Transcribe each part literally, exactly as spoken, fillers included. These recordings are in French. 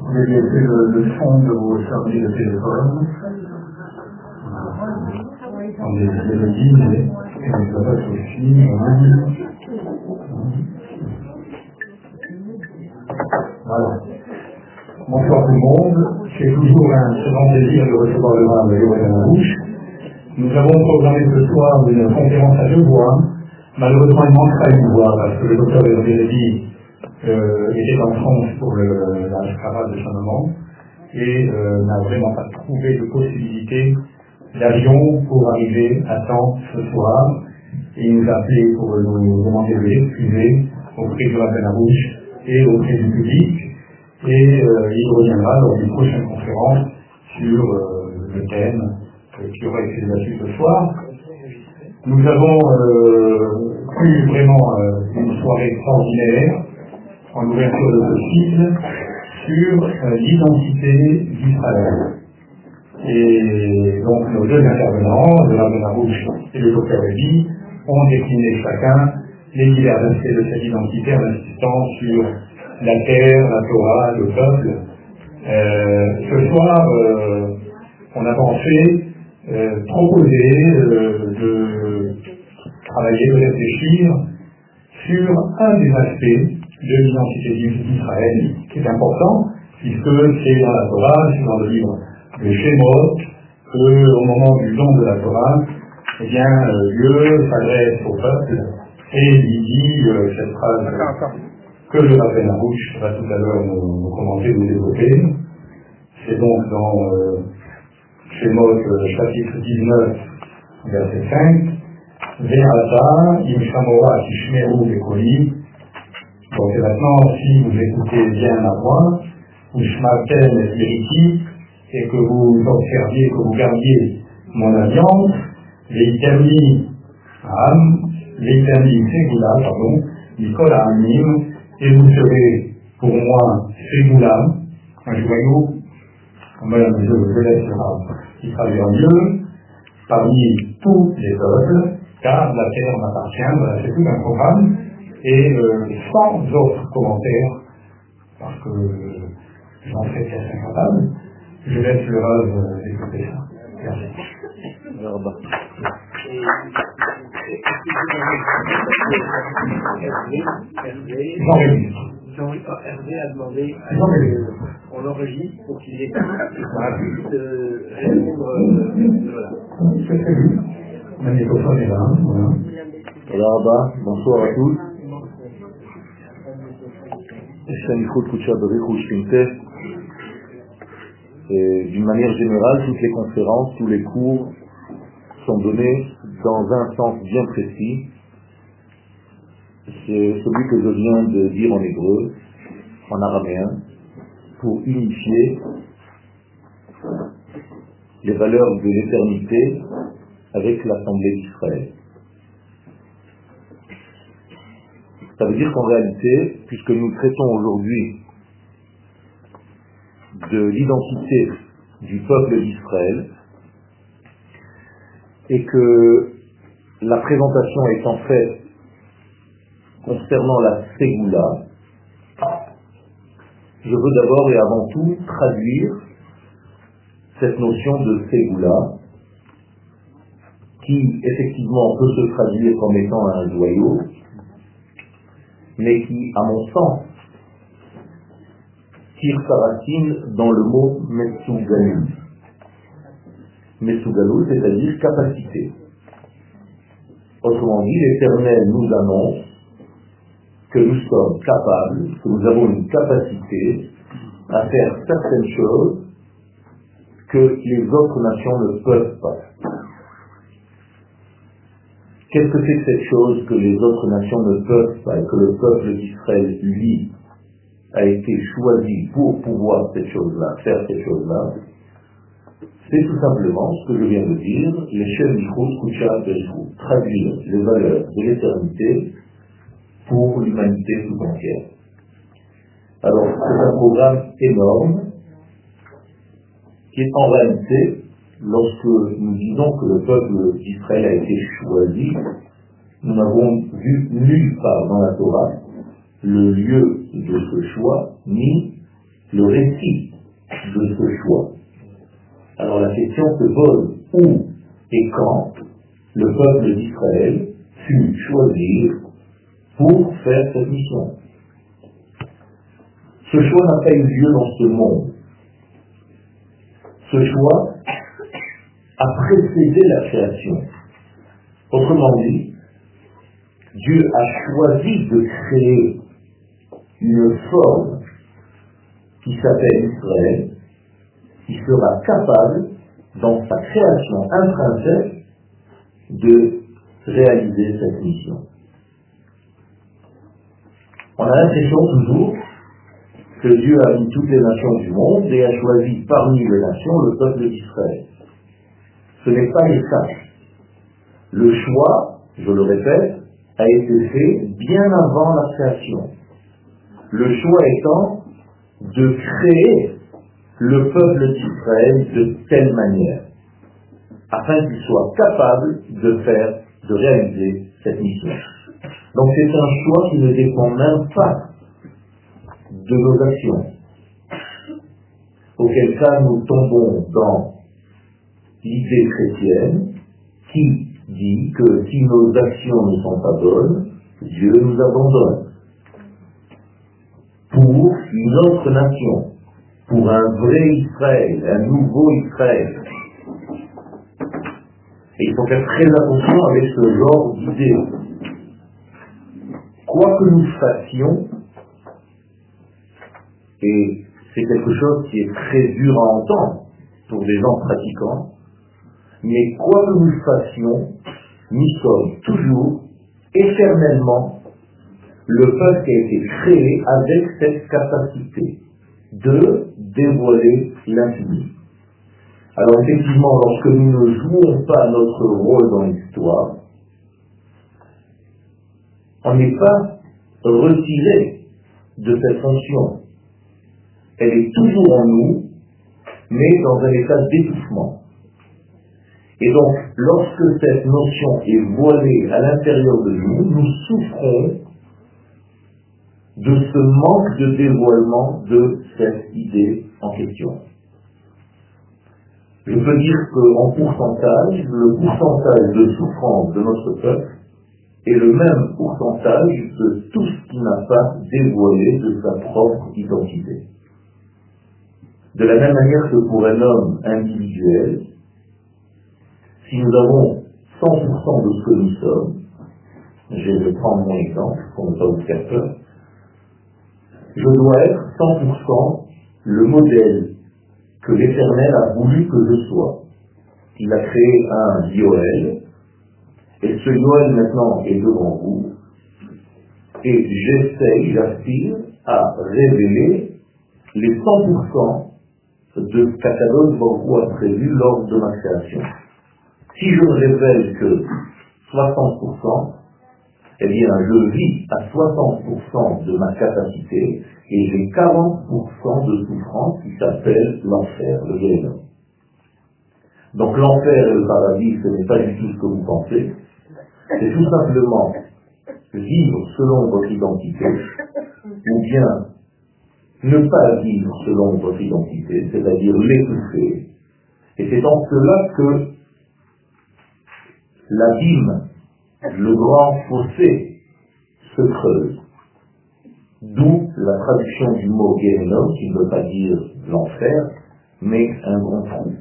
pouvez laisser le, le son de vos chargés de téléphone. On les mélodies, mais ça passe aussi. Voilà. Bonsoir tout le monde. C'est toujours un très grand plaisir de recevoir le vin de Léo et de la bouche. Nous avons programmé ce soir une conférence à deux voix. Malheureusement, il manquera une voix parce que le docteur Hervé euh, était en France pour le, la caravane de son moment et euh, n'a vraiment pas trouvé de possibilité d'avion pour arriver à temps ce soir. Et il nous a appelé pour nous demander de l'excuser auprès de la Benabouche et auprès du public. Et euh, il reviendra lors d'une prochaine conférence sur euh, le thème euh, qui aura été débattu ce soir. Nous avons euh, eu vraiment euh, une soirée extraordinaire en ouverture de ce cycle sur euh, l'identité d'Israël. Et donc nos deux intervenants, de la Benabouche et le docteur Lévy, ont décliné chacun les divers aspects de cette identité en insistant sur la terre, la Torah, le peuple. Euh, ce soir, euh, on a pensé euh, proposer euh, de travailler, de réfléchir sur un des aspects de l'identité d'Israël qui est important, puisque c'est dans la Torah, c'est dans le livre de Shemot, qu'au moment du don de la Torah, eh bien, euh, Dieu s'adresse au peuple et lui dit euh, cette phrase que je rappelle à bouche, va tout à l'heure nous, nous commenter, nous développer. C'est donc dans euh, Shemot, euh, chapitre dix-neuf, verset cinq, Ve'ata im shamora tishmeru bekoli. Donc et maintenant, si vous écoutez bien ma voix, ou shmaten et spiriti, et que vous observiez, que vous gardiez mon alliance, ve'iterni am, ve'iterni segula, pardon, Nicole Amim, et vous serez pour moi segula, un joyau, madame, je vous laisse qui traduit en Dieu, parmi tous les peuples, car la terre m'appartient, voilà, c'est tout un programme, et euh, sans autres commentaires, parce que j'en serais presque incapable, je laisse le rêve d'écouter ça. Merci. Merci. Jean Rémy. Jean Hervé a demandé à Jean Rémy. qu'on l'enregistre pour qu'il ait plus de répondre. Voilà. C'est prévu. Le microphone est là. Voilà. Voilà, bonsoir à tous. Et d'une manière générale, toutes les conférences, tous les cours sont donnés dans un sens bien précis. C'est celui que je viens de dire en hébreu, en araméen, pour unifier les valeurs de l'éternité avec l'Assemblée d'Israël. Ça veut dire qu'en réalité, puisque nous traitons aujourd'hui de l'identité du peuple d'Israël, et que la présentation étant faite concernant la Ségoula, je veux d'abord et avant tout traduire cette notion de Ségoula, qui effectivement peut se traduire comme étant un joyau, mais qui, à mon sens, tire sa racine dans le mot Metsugalu. Metsugalu, c'est-à-dire capacité. Autrement dit, l'Éternel nous annonce que nous sommes capables, que nous avons une capacité à faire certaines choses que les autres nations ne peuvent pas. Qu'est-ce que c'est que cette chose que les autres nations ne peuvent pas et que le peuple d'Israël, lui, a été choisi pour pouvoir cette chose-là, faire cette chose-là? C'est tout simplement ce que je viens de dire, les chefs du Kucha Beshou, traduire les valeurs de l'éternité pour l'humanité tout entière. Alors, c'est un programme énorme qui est en réalité, lorsque nous disons que le peuple d'Israël a été choisi, nous n'avons vu nulle part dans la Torah le lieu de ce choix, ni le récit de ce choix. Alors la question se pose, où et quand le peuple d'Israël fut choisi pour faire cette mission. Ce choix n'a pas eu lieu dans ce monde. Ce choix a précédé la création. Autrement dit, Dieu a choisi de créer une forme qui s'appelle Israël, qui sera capable, dans sa création intrinsèque, de réaliser cette mission. On a l'impression toujours que Dieu a mis toutes les nations du monde et a choisi parmi les nations le peuple d'Israël. Ce n'est pas le cas. Le choix, je le répète, a été fait bien avant la création. Le choix étant de créer le peuple d'Israël de telle manière, afin qu'il soit capable de faire, de réaliser cette mission. Donc c'est un choix qui ne dépend même pas de nos actions. Auquel cas nous tombons dans l'idée chrétienne qui dit que si nos actions ne sont pas bonnes, Dieu nous abandonne. Pour une autre nation, pour un vrai Israël, un nouveau Israël. Et il faut faire très attention avec ce genre d'idée. Quoi que nous fassions, et c'est quelque chose qui est très dur à entendre pour des gens pratiquants, mais quoi que nous fassions, nous sommes toujours, éternellement, le peuple qui a été créé avec cette capacité de dévoiler l'infini. Alors effectivement, lorsque nous ne jouons pas notre rôle dans l'histoire, on n'est pas retiré de cette fonction. Elle est toujours en nous, mais dans un état d'étouffement. Et donc, lorsque cette notion est voilée à l'intérieur de nous, nous souffrons de ce manque de dévoilement de cette idée en question. Je peux dire qu'en pourcentage, le pourcentage de souffrance de notre peuple est le même pourcentage de tout ce qui n'a pas dévoilé de sa propre identité. De la même manière que pour un homme individuel, si nous avons cent pour cent de ce que nous sommes, je vais prendre mon exemple pour ne pas vous faire peur, je dois être cent pour cent le modèle que l'Éternel a voulu que je sois. Il a créé un Yoel, et ce Yoel maintenant est devant vous, et j'essaye, j'aspire à révéler les cent pour cent de ce qu'Akadosh Baruch Hu a prévu lors de ma création. Si je ne révèle que soixante pour cent, eh bien je vis à soixante pour cent de ma capacité et j'ai quarante pour cent de souffrance qui s'appelle l'enfer, le Gehenna. Donc l'enfer et le paradis, ce n'est pas du tout ce que vous pensez, c'est tout simplement vivre selon votre identité, ou bien ne pas vivre selon votre identité, c'est-à-dire l'étouffer. Et c'est en cela que l'abîme, le grand fossé, se creuse. D'où la traduction du mot Gehenom, qui ne veut pas dire l'enfer, mais un grand trou.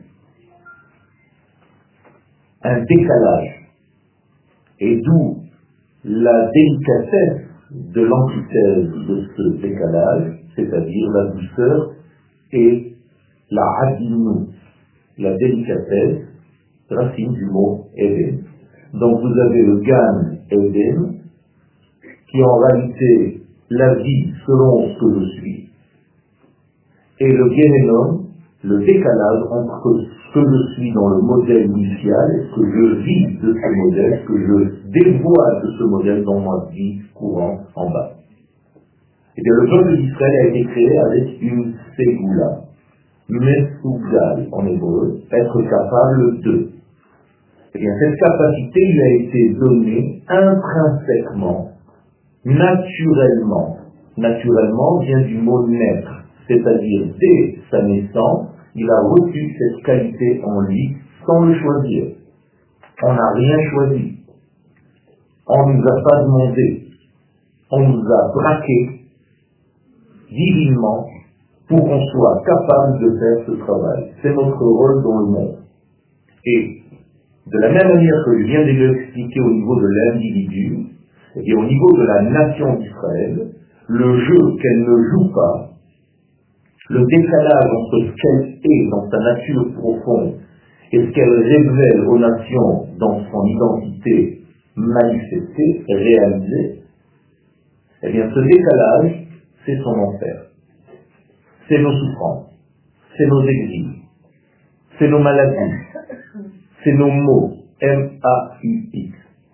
Un décalage. Et d'où la délicatesse de l'antithèse de ce décalage, c'est-à-dire la douceur et la hadinu, la délicatesse, racine du mot Eden. Donc vous avez le Gan Eden, qui est en réalité la vie selon ce que je suis, et le Gehenom, le décalage entre ce que je suis dans le modèle initial et ce que je vis de ce modèle, ce que je dévoile de ce modèle dans ma vie courante en bas. Et bien le peuple d'Israël a été créé avec une ségoula, mesougal en hébreu, être capable de. Et bien cette capacité lui a été donnée intrinsèquement, naturellement. Naturellement vient du mot naître, C'est-à-dire, dès sa naissance, il a reçu cette qualité en lui sans le choisir. On n'a rien choisi. On ne nous a pas demandé. On nous a braqué divinement pour qu'on soit capable de faire ce travail. C'est notre rôle dans le monde. Et de la même manière que je viens de l'expliquer au niveau de l'individu, et au niveau de la nation d'Israël, le jeu qu'elle ne joue pas, le décalage entre ce qu'elle est dans sa nature profonde et ce qu'elle révèle aux nations dans son identité manifestée, réalisée, eh bien ce décalage, c'est son enfer. C'est nos souffrances, c'est nos exils, c'est nos maladies, c'est nos maux, M A U X.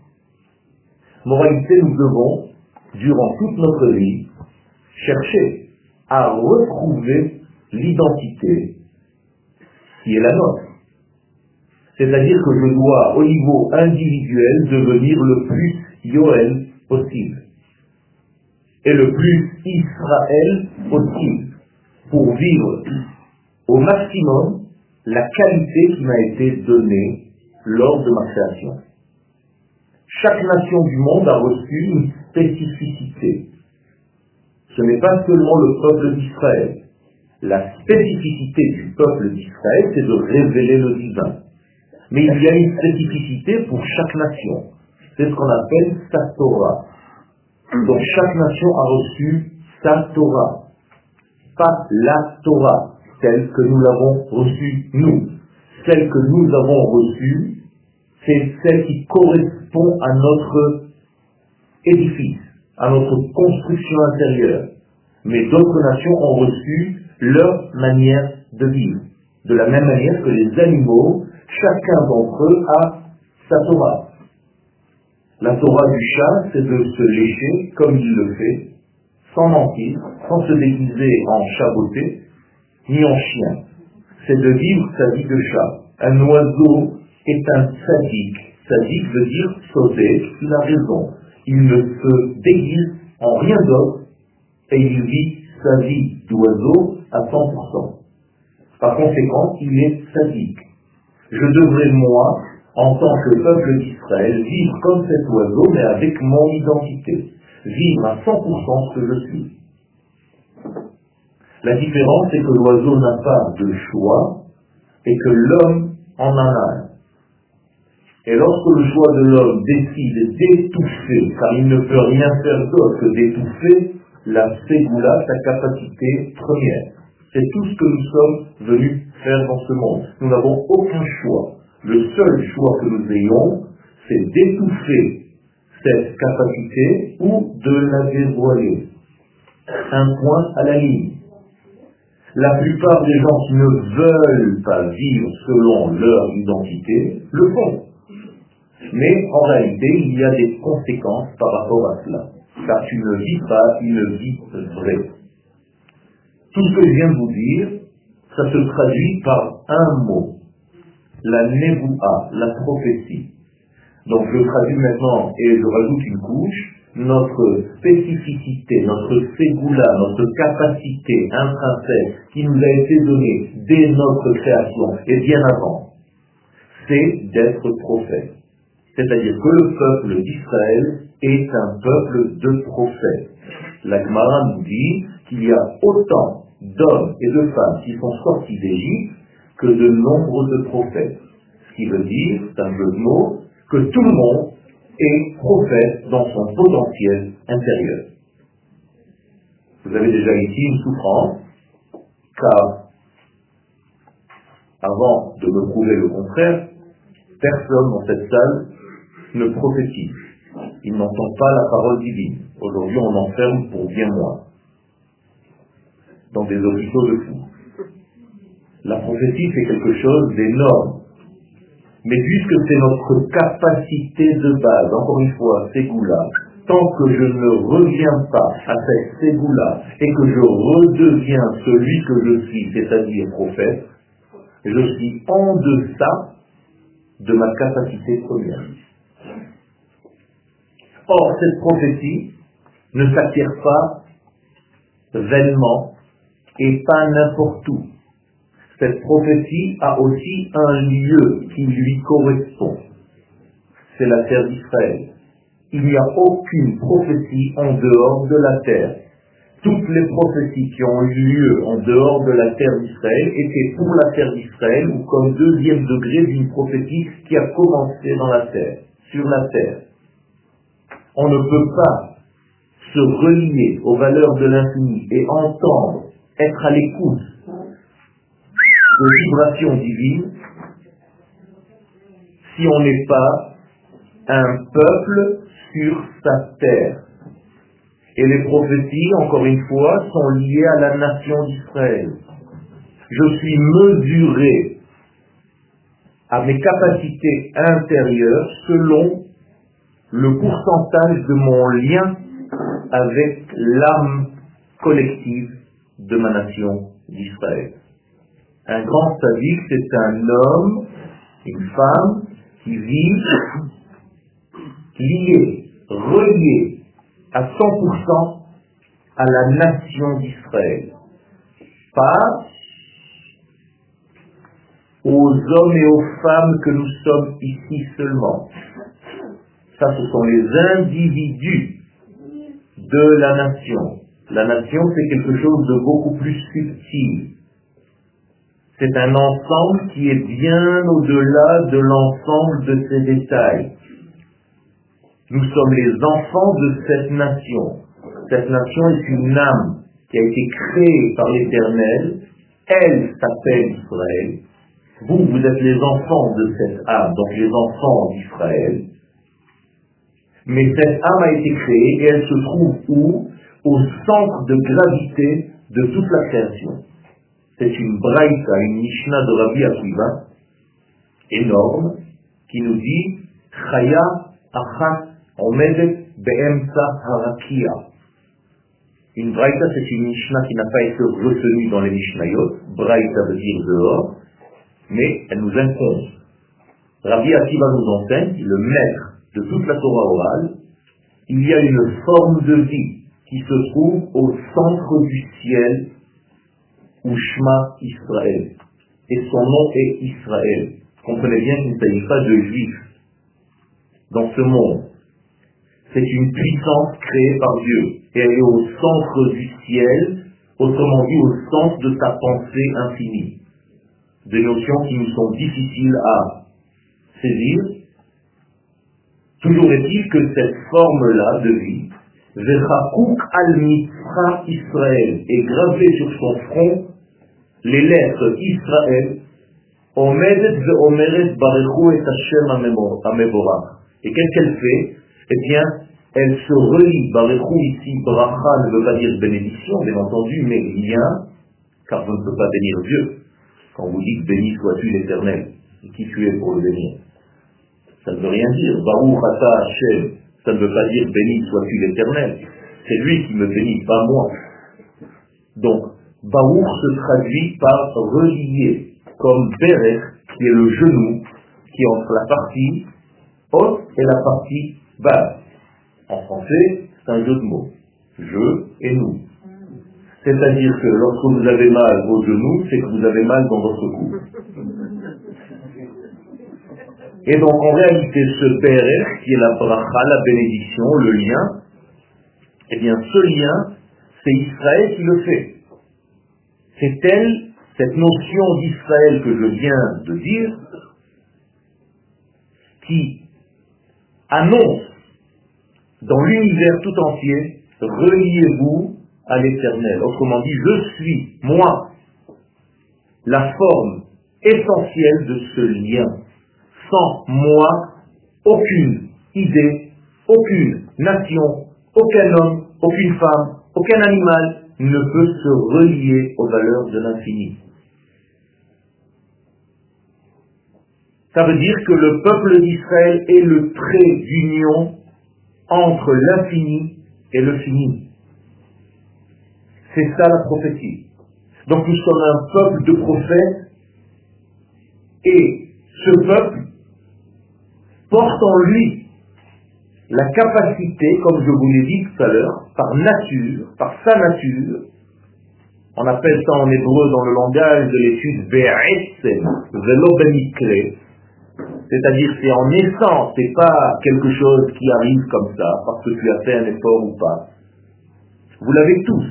Moralité, nous devons, durant toute notre vie, chercher à retrouver l'identité qui est la nôtre. C'est-à-dire que je dois, au niveau individuel, devenir le plus Yoel possible. Et le plus Israël possible. Pour vivre au maximum la qualité qui m'a été donnée lors de ma création. Chaque nation du monde a reçu une spécificité. Ce n'est pas seulement le peuple d'Israël. La spécificité du peuple d'Israël, c'est de révéler le divin. Mais il y a une spécificité pour chaque nation. C'est ce qu'on appelle sa Torah. Donc chaque nation a reçu sa Torah. Pas la Torah, telle que nous l'avons reçue nous. Celle que nous avons reçue, c'est celle qui correspond à notre édifice, à notre construction intérieure. Mais d'autres nations ont reçu leur manière de vivre. De la même manière que les animaux, chacun d'entre eux a sa Torah. La Torah du chat, c'est de se lécher comme il le fait, sans mentir, sans se déguiser en chat beauté, ni en chien. C'est de vivre sa vie de chat. Un oiseau est un sadique. Sadique veut dire sauter, il a raison. Il ne se déguise en rien d'autre et il vit sa vie d'oiseau à cent pour cent. Par conséquent, il est sadique. Je devrais, moi, en tant que peuple d'Israël, vivre comme cet oiseau, mais avec mon identité. Vivre à cent pour cent ce que je suis. La différence, c'est que l'oiseau n'a pas de choix et que l'homme en a un. Et lorsque le choix de l'homme décide d'étouffer, car il ne peut rien faire d'autre que d'étouffer, la ségoula, sa capacité première. C'est tout ce que nous sommes venus faire dans ce monde. Nous n'avons aucun choix. Le seul choix que nous ayons, c'est d'étouffer cette capacité ou de la dévoiler. Un point à la ligne. La plupart des gens qui ne veulent pas vivre selon leur identité le font. Mais en réalité, il y a des conséquences par rapport à cela. Car tu ne vis pas une vie vraie. Tout ce que je viens de vous dire, ça se traduit par un mot. La néboua, la prophétie. Donc je traduis maintenant et je rajoute une couche. Notre spécificité, notre ségoula, notre capacité intrinsèque qui nous a été donnée dès notre création et bien avant, c'est d'être prophète. C'est-à-dire que le peuple d'Israël est un peuple de prophètes. La Gemara nous dit qu'il y a autant d'hommes et de femmes qui sont sortis d'Égypte que de nombre de prophètes. Ce qui veut dire, c'est un jeu de mots, que tout le monde est prophète dans son potentiel intérieur. Vous avez déjà ici une souffrance, car avant de me prouver le contraire, personne dans cette salle ne prophétise. Il n'entend pas la parole divine. Aujourd'hui, on enferme pour bien moins. Dans des hôpitaux de fous. La prophétie, c'est quelque chose d'énorme. Mais puisque c'est notre capacité de base, encore une fois, ségoula, tant que je ne reviens pas à cette ségoula et que je redeviens celui que je suis, c'est-à-dire prophète, je suis en deçà de ma capacité première. Or, cette prophétie ne s'acquiert pas vainement et pas n'importe où. Cette prophétie a aussi un lieu qui lui correspond. C'est la terre d'Israël. Il n'y a aucune prophétie en dehors de la terre. Toutes les prophéties qui ont eu lieu en dehors de la terre d'Israël étaient pour la terre d'Israël ou comme deuxième degré d'une prophétie qui a commencé dans la terre, sur la terre. On ne peut pas se relier aux valeurs de l'infini et entendre, être à l'écoute de vibrations divines si on n'est pas un peuple sur sa terre. Et les prophéties, encore une fois, sont liées à la nation d'Israël. Je suis mesuré à mes capacités intérieures selon le pourcentage de mon lien avec l'âme collective de ma nation d'Israël. Un grand sadique, c'est un homme, une femme, qui vit lié, relié à cent pour cent à la nation d'Israël. Pas aux hommes et aux femmes que nous sommes ici seulement. Ça, ce sont les individus de la nation. La nation, c'est quelque chose de beaucoup plus subtil. C'est un ensemble qui est bien au-delà de l'ensemble de ces détails. Nous sommes les enfants de cette nation. Cette nation est une âme qui a été créée par l'Éternel. Elle s'appelle Israël. Vous, vous êtes les enfants de cette âme, donc les enfants d'Israël. Mais cette âme a été créée et elle se trouve où? Au centre de gravité de toute la création. C'est une braïta, une Mishnah de Rabbi Akiva, énorme, qui nous dit Chaya achat omedet be'emtsa harakia. Une braïta, c'est une Mishnah qui n'a pas été retenue dans les Mishnayot. Braïta veut dire dehors, mais elle nous incombe. Rabbi Akiva nous enseigne, le maître de toute la Torah orale, il y a une forme de vie qui se trouve au centre du ciel, ou Shema Israël. Et son nom est Israël. Comprenez bien qu'il ne s'agit pas de juifs dans ce monde. C'est une puissance créée par Dieu. Et elle est au centre du ciel, autrement dit au centre de sa pensée infinie. Des notions qui nous sont difficiles à saisir. Toujours est-il que cette forme-là de vie, Vechakouk al-Mitzra Israël, est gravée sur son front les lettres Israël, Omedet ve'omeret barechu et Hashem amevorach. Et qu'est-ce qu'elle fait? Eh bien, elle se relie, barechu ici, bracha ne veut pas dire bénédiction, bien entendu, mais lien, car vous ne pouvez pas bénir Dieu. Quand vous dites béni sois-tu l'Éternel, qui tu es pour le bénir? Ça ne veut rien dire. Baruch ata Hashem, ça ne veut pas dire béni sois-tu l'Éternel. C'est lui qui me bénit, pas moi. Donc, Baruch se traduit par relier, comme Berech, qui est le genou, qui est entre la partie haute et la partie basse. En français, c'est un jeu de mots. Je et nous. C'est-à-dire que lorsque vous avez mal au genou, c'est que vous avez mal dans votre cou. Et donc en réalité, ce Berech, qui est la bracha, la bénédiction, le lien, eh bien ce lien, c'est Israël qui le fait. C'est elle, cette notion d'Israël que je viens de dire, qui annonce dans l'univers tout entier, reliez-vous à l'Éternel. Autrement dit, je suis, moi, la forme essentielle de ce lien. Sans moi, aucune idée, aucune nation, aucun homme, aucune femme, aucun animal ne peut se relier aux valeurs de l'infini. Ça veut dire que le peuple d'Israël est le trait d'union entre l'infini et le fini. C'est ça la prophétie. Donc nous sommes un peuple de prophètes et ce peuple porte en lui la capacité, comme je vous l'ai dit tout à l'heure, par nature, par sa nature, On appelle ça en hébreu dans le langage de l'étude Be'etzem, Velo Bemikre. C'est-à-dire c'est en naissance, c'est pas quelque chose qui arrive comme ça, parce que tu as fait un effort ou pas. Vous l'avez tous.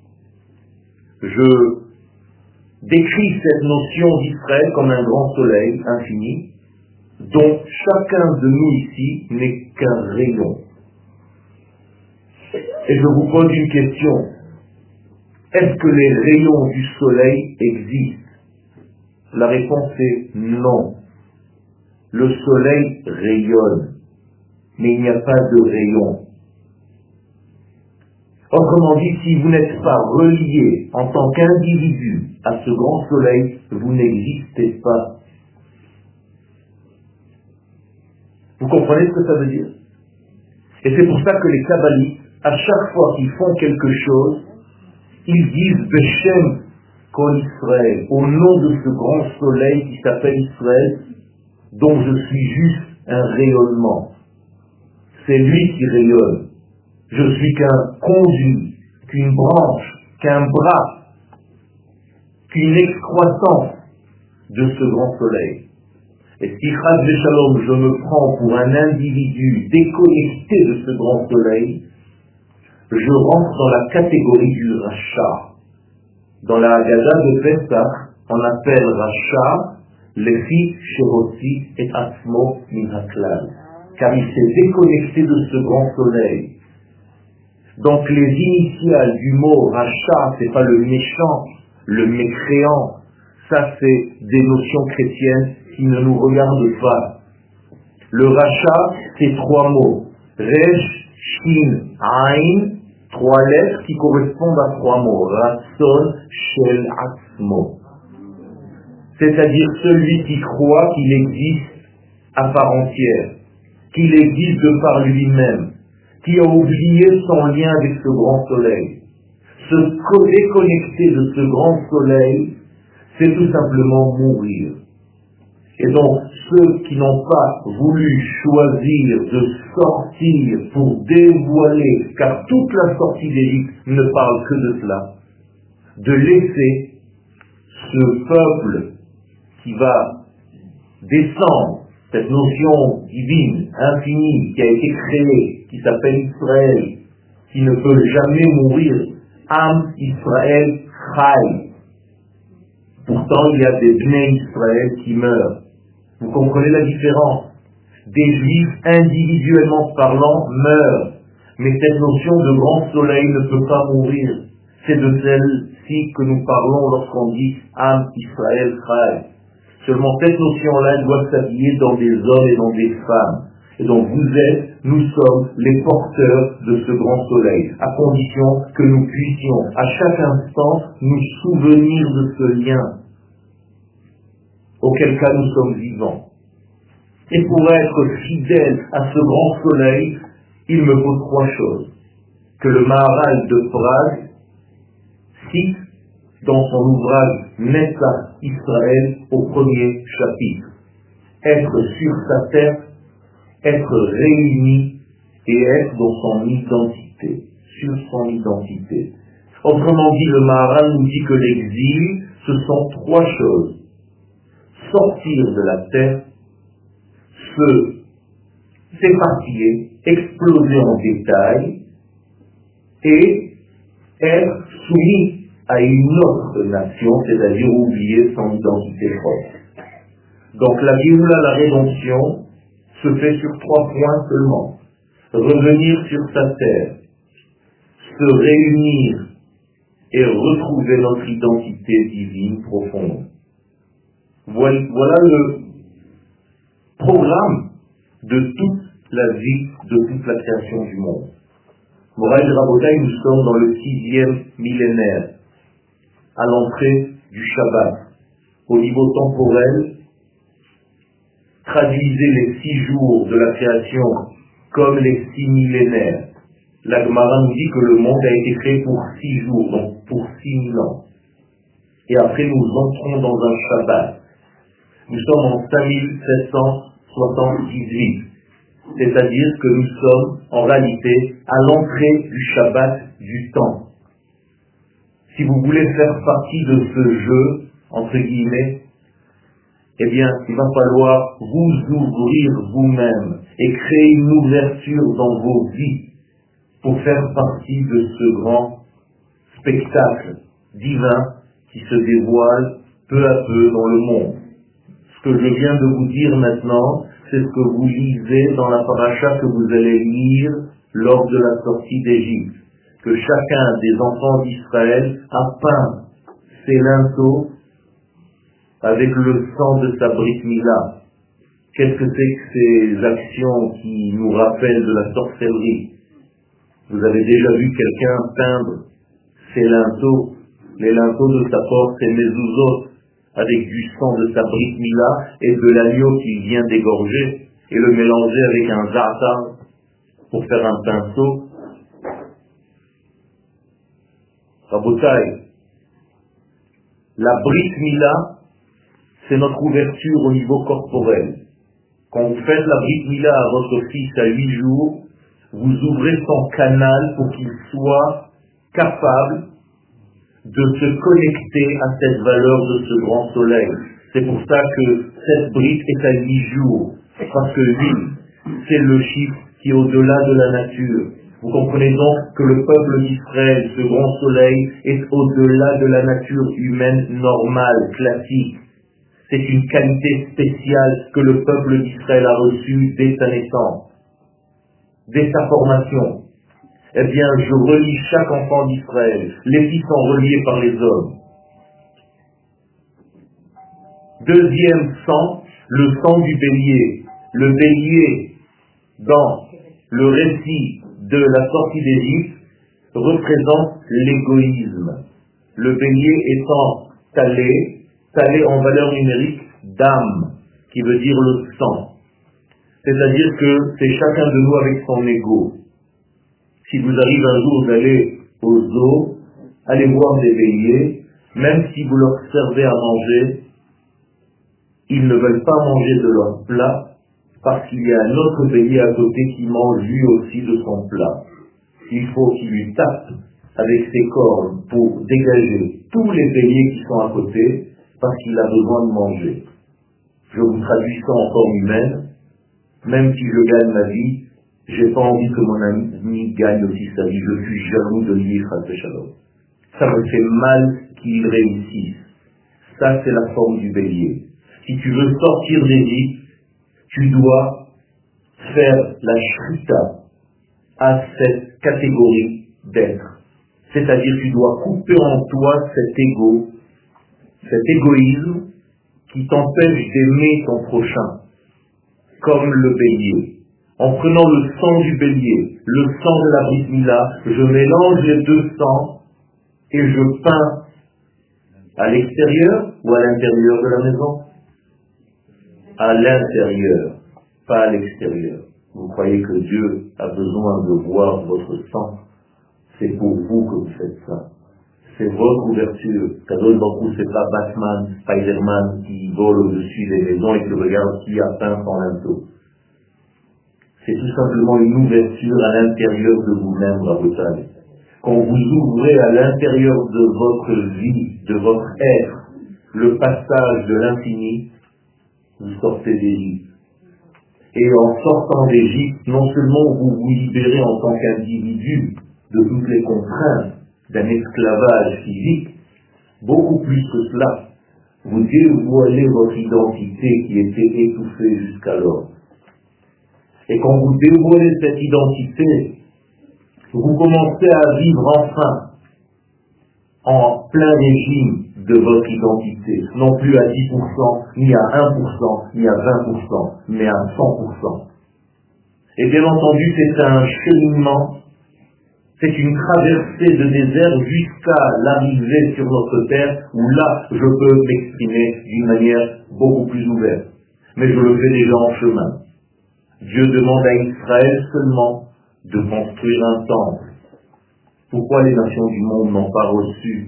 Je décrit cette notion d'Israël comme un grand soleil infini, dont chacun de nous ici n'est qu'un rayon. Et je vous pose une question. Est-ce que les rayons du soleil existent? La réponse est non. Le soleil rayonne, mais il n'y a pas de rayon. Autrement dit, si vous n'êtes pas relié en tant qu'individu à ce grand soleil, vous n'existez pas. Vous comprenez ce que ça veut dire? Et c'est pour ça que les kabbalistes, à chaque fois qu'ils font quelque chose, ils disent Beshem Kol Israël, au nom de ce grand soleil qui s'appelle Israël, dont je suis juste un rayonnement. C'est lui qui rayonne. Je suis qu'un conduit, qu'une branche, qu'un bras, qu'une excroissance de ce grand soleil. Et si Chas Veshalom, je me prends pour un individu déconnecté de ce grand soleil, je rentre dans la catégorie du Racha. Dans la Haggadah de Pesach, on appelle Racha Lefi Sheroti et Asmo Min Haklal, car il s'est déconnecté de ce grand soleil. Donc les initiales du mot Racha, c'est pas le méchant, le mécréant, ça c'est des notions chrétiennes qui ne nous regardent pas. Le Racha, c'est trois mots, Resh, Shin, Ain, trois lettres qui correspondent à trois mots, Ratson, Shel, Atzmo. C'est-à-dire celui qui croit qu'il existe à part entière, qu'il existe de par lui-même, qui a oublié son lien avec ce grand soleil. Se déconnecter de ce grand soleil, c'est tout simplement mourir. Et donc, ceux qui n'ont pas voulu choisir de sortir pour dévoiler, car toute la sortie d'Égypte ne parle que de cela, de laisser ce peuple qui va descendre, cette notion divine, infinie, qui a été créée, qui s'appelle Israël, qui ne peut jamais mourir, Am Israël Chai. Pourtant, il y a des Bnei Israël qui meurent. Vous comprenez la différence? Des Juifs, individuellement parlant, meurent. Mais cette notion de grand soleil ne peut pas mourir. C'est de celle-ci que nous parlons lorsqu'on dit Am Israël Chai. Seulement cette notion-là, elle doit s'habiller dans des hommes et dans des femmes. Et donc vous êtes, nous sommes les porteurs de ce grand soleil, à condition que nous puissions à chaque instant nous souvenir de ce lien, auquel cas nous sommes vivants. Et pour être fidèle à ce grand soleil, il me faut trois choses. Que le Maharal de Prague cite dans son ouvrage Netzach Israël au premier chapitre. Être sur sa terre, être réuni et être dans son identité, sur son identité. Autrement dit, le Maharal nous dit que l'exil, ce sont trois choses. Sortir de la terre, se s'éparpiller, exploser en détail, et être soumis à une autre nation, c'est-à-dire oublier son identité propre. Donc la Géoula, la rédemption, se fait sur trois points seulement. Revenir sur sa terre, se réunir et retrouver notre identité divine profonde. Voilà, voilà le programme de toute la vie, de toute la création du monde. Moraï de Rabotai, nous sommes dans le sixième millénaire, à l'entrée du Shabbat. Au niveau temporel, traduisez les six jours de la création comme les six millénaires. La Gemara nous dit que le monde a été créé pour six jours, donc pour six mille ans. Et après nous entrons dans un Shabbat. Nous sommes en cinq mille sept cent soixante-dix-huit. C'est-à-dire que nous sommes en réalité à l'entrée du Shabbat du temps. si vous voulez faire partie de ce jeu, entre guillemets, eh bien, il va falloir vous ouvrir vous-même et créer une ouverture dans vos vies pour faire partie de ce grand spectacle divin qui se dévoile peu à peu dans le monde. Ce que je viens de vous dire maintenant, c'est ce que vous lisez dans la paracha que vous allez lire lors de la sortie d'Égypte, que chacun des enfants d'Israël a peint ses linteaux avec le sang de sa brit mila. Qu'est-ce que c'est que ces actions qui nous rappellent de la sorcellerie? Vous avez déjà vu quelqu'un peindre ses linteaux, les linteaux de sa porte et mezuzot, avec du sang de sa brit mila et de l'agneau qu'il vient d'égorger, et le mélanger avec un za'atar pour faire un pinceau. Rabotai, la brit mila, c'est notre ouverture au niveau corporel. Quand vous faites la brit mila à votre fils à huit jours, vous ouvrez son canal pour qu'il soit capable de se connecter à cette valeur de ce grand soleil. C'est pour ça que cette brite est à huit jours, parce que huit, c'est le chiffre qui est au-delà de la nature. Vous comprenez donc que le peuple d'Israël, ce grand soleil, est au-delà de la nature humaine normale, classique. C'est une qualité spéciale que le peuple d'Israël a reçue dès sa naissance, dès sa formation. Eh bien, je relie chaque enfant d'Israël. Les filles sont reliées par les hommes. Deuxième sang, le sang du bélier. Le bélier, dans le récit de la sortie d'Égypte, représente l'égoïsme. Le bélier étant talé, talé en valeur numérique d'âme, qui veut dire le sang. C'est-à-dire que c'est chacun de nous avec son ego. Si vous arrivez un jour d'aller au zoo, allez voir des béliers, même si vous leur servez à manger, ils ne veulent pas manger de leur plat parce qu'il y a un autre bélier à côté qui mange lui aussi de son plat. Il faut qu'il lui tape avec ses cornes pour dégager tous les béliers qui sont à côté parce qu'il a besoin de manger. Je vous traduis ça en forme humaine. Même si je gagne ma vie, j'ai pas envie que mon ami gagne aussi sa vie. Je suis jaloux de lui, Chas Shalom. Ça me fait mal qu'il réussisse. Ça, c'est la forme du bélier. Si tu veux sortir d'Égypte, tu dois faire la shrita à cette catégorie d'être. C'est-à-dire, tu dois couper en toi cet égo, cet égoïsme qui t'empêche d'aimer ton prochain, comme le bélier. En prenant le sang du bélier, le sang de la brit mila, je mélange les deux sangs et je peins à l'extérieur ou à l'intérieur de la maison? À l'intérieur, pas à l'extérieur. Vous croyez que Dieu a besoin de voir votre sang? C'est pour vous que vous faites ça. C'est votre ouverture. Kadosh Baruch Hu, c'est pas Batman, Spider-Man qui vole au-dessus des maisons et qui regarde qui a peint son linteau. C'est tout simplement une ouverture à l'intérieur de vous-même, Rabotai. Quand vous ouvrez à l'intérieur de votre vie, de votre être, le passage de l'infini, vous sortez d'Égypte. Et en sortant d'Égypte, non seulement vous vous libérez en tant qu'individu de toutes les contraintes d'un esclavage physique, beaucoup plus que cela, vous dévoilez votre identité qui était étouffée jusqu'alors. Et quand vous dévoilez cette identité, vous commencez à vivre enfin en plein régime de votre identité, non plus à dix pour cent, ni à un pour cent, ni à vingt pour cent, mais à cent pour cent. Et bien entendu, c'est un cheminement, c'est une traversée de désert jusqu'à l'arrivée sur notre terre, où là, je peux m'exprimer d'une manière beaucoup plus ouverte. Mais je le fais déjà en chemin. Dieu demande à Israël seulement de construire un temple. Pourquoi les nations du monde n'ont pas reçu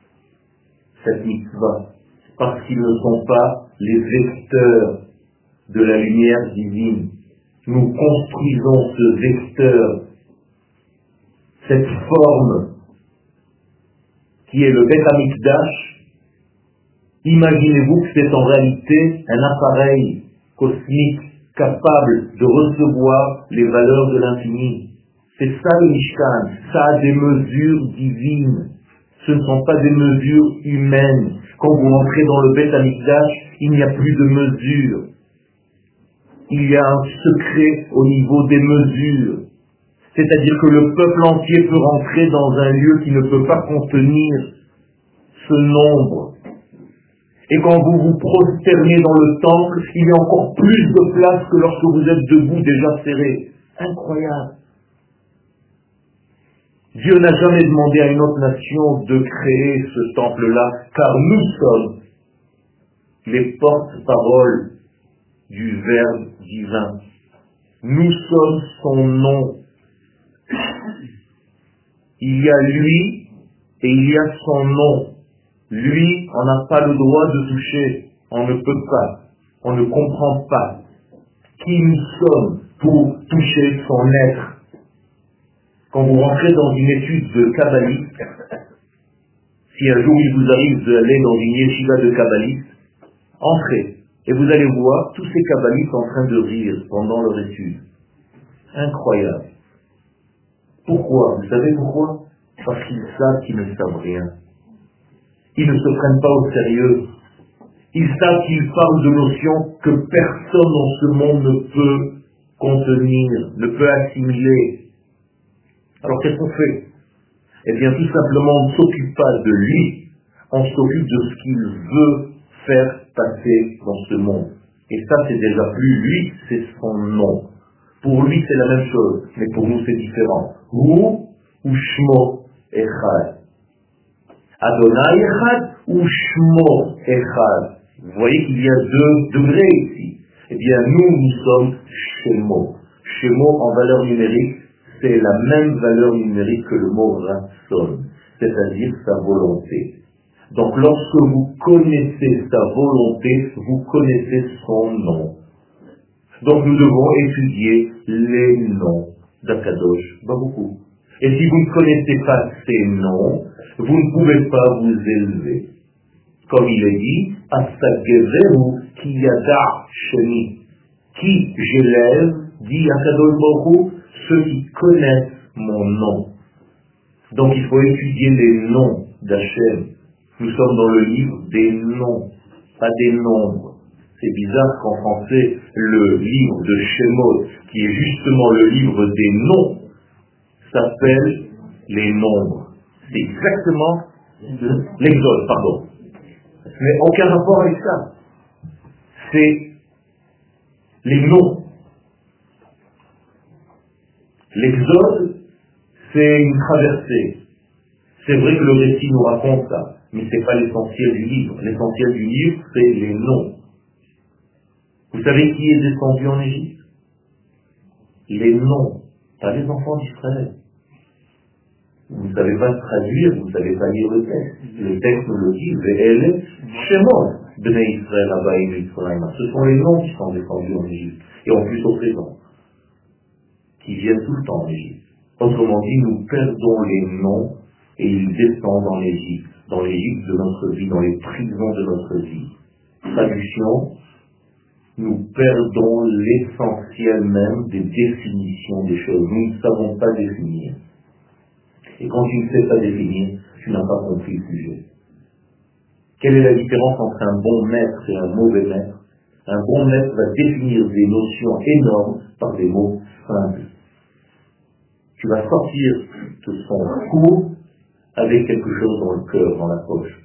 cette mitzvah? Parce qu'ils ne sont pas les vecteurs de la lumière divine. Nous construisons ce vecteur, cette forme qui est le Beth Amikdash, imaginez-vous que c'est en réalité un appareil cosmique capable de recevoir les valeurs de l'infini. C'est ça le Mishkan, ça a des mesures divines. Ce ne sont pas des mesures humaines. Quand vous rentrez dans le Beth Amikdash, il n'y a plus de mesures. Il y a un secret au niveau des mesures. C'est-à-dire que le peuple entier peut rentrer dans un lieu qui ne peut pas contenir ce nombre. Et quand vous vous prosternez dans le temple, il y a encore plus de place que lorsque vous êtes debout déjà serré. Incroyable. Dieu n'a jamais demandé à une autre nation de créer ce temple-là, car nous sommes les porte-paroles du Verbe divin. Nous sommes son nom. Il y a lui et il y a son nom. Lui, on n'a pas le droit de toucher. On ne peut pas. On ne comprend pas qui nous sommes pour toucher son être. Quand vous rentrez dans une étude de kabbaliste, si un jour il vous arrive d'aller dans une yeshiva de kabbaliste, entrez et vous allez voir tous ces kabbalistes en train de rire pendant leur étude. Incroyable. Pourquoi? Vous savez pourquoi? Parce qu'ils savent qu'ils ne savent rien. Ils ne se prennent pas au sérieux. Ils savent qu'ils parlent de notions que personne dans ce monde ne peut contenir, ne peut assimiler. Alors qu'est-ce qu'on fait? Eh bien tout simplement on ne s'occupe pas de lui, on s'occupe de ce qu'il veut faire passer dans ce monde. Et ça c'est déjà plus lui, c'est son nom. Pour lui c'est la même chose, mais pour nous c'est différent. Hu ou Shmo Echad. Adonai Echad ou Shmo Echad. Vous voyez qu'il y a deux degrés ici. Eh bien nous, nous sommes Shemo. Shemo en valeur numérique, c'est la même valeur numérique que le mot Ratson, c'est-à-dire sa volonté. Donc lorsque vous connaissez sa volonté, vous connaissez son nom. Donc nous devons étudier les noms d'Akadosh Baruch. Et si vous ne connaissez pas ces noms, vous ne pouvez pas vous élever. Comme il est dit, Astageveru ki yada sheni. Qui j'élève, dit Akadosh Baruch, ceux qui connaissent mon nom. Donc il faut étudier les noms d'Hachem. Nous sommes dans le livre des noms, pas des nombres. C'est bizarre qu'en français, le livre de Shemot, qui est justement le livre des noms, s'appelle les nombres. C'est exactement l'Exode, pardon. Mais aucun rapport avec ça. C'est les noms. L'Exode, c'est une traversée. C'est vrai que le récit nous raconte ça, mais ce n'est pas l'essentiel du livre. L'essentiel du livre, c'est les noms. Vous savez qui est descendu en Égypte? Les noms, pas les enfants d'Israël. Vous ne savez pas traduire, vous ne savez pas lire le texte. Le texte nous le dit, Ve'ele Shemot Bnei Israël Abaïm Israël. Ce sont les noms qui sont descendus en Égypte, et en plus au présent, qui viennent tout le temps en Égypte. Autrement dit, nous perdons les noms et ils descendent en Égypte, dans l'Égypte de notre vie, dans les prisons de notre vie. Traduction, nous perdons l'essentiel même des définitions des choses. Nous ne savons pas définir. Et quand tu ne sais pas définir, tu n'as pas compris le sujet. Quelle est la différence entre un bon maître et un mauvais maître? Un bon maître va définir des notions énormes par des mots simples. Tu vas sortir de son cours avec quelque chose dans le cœur, dans la poche.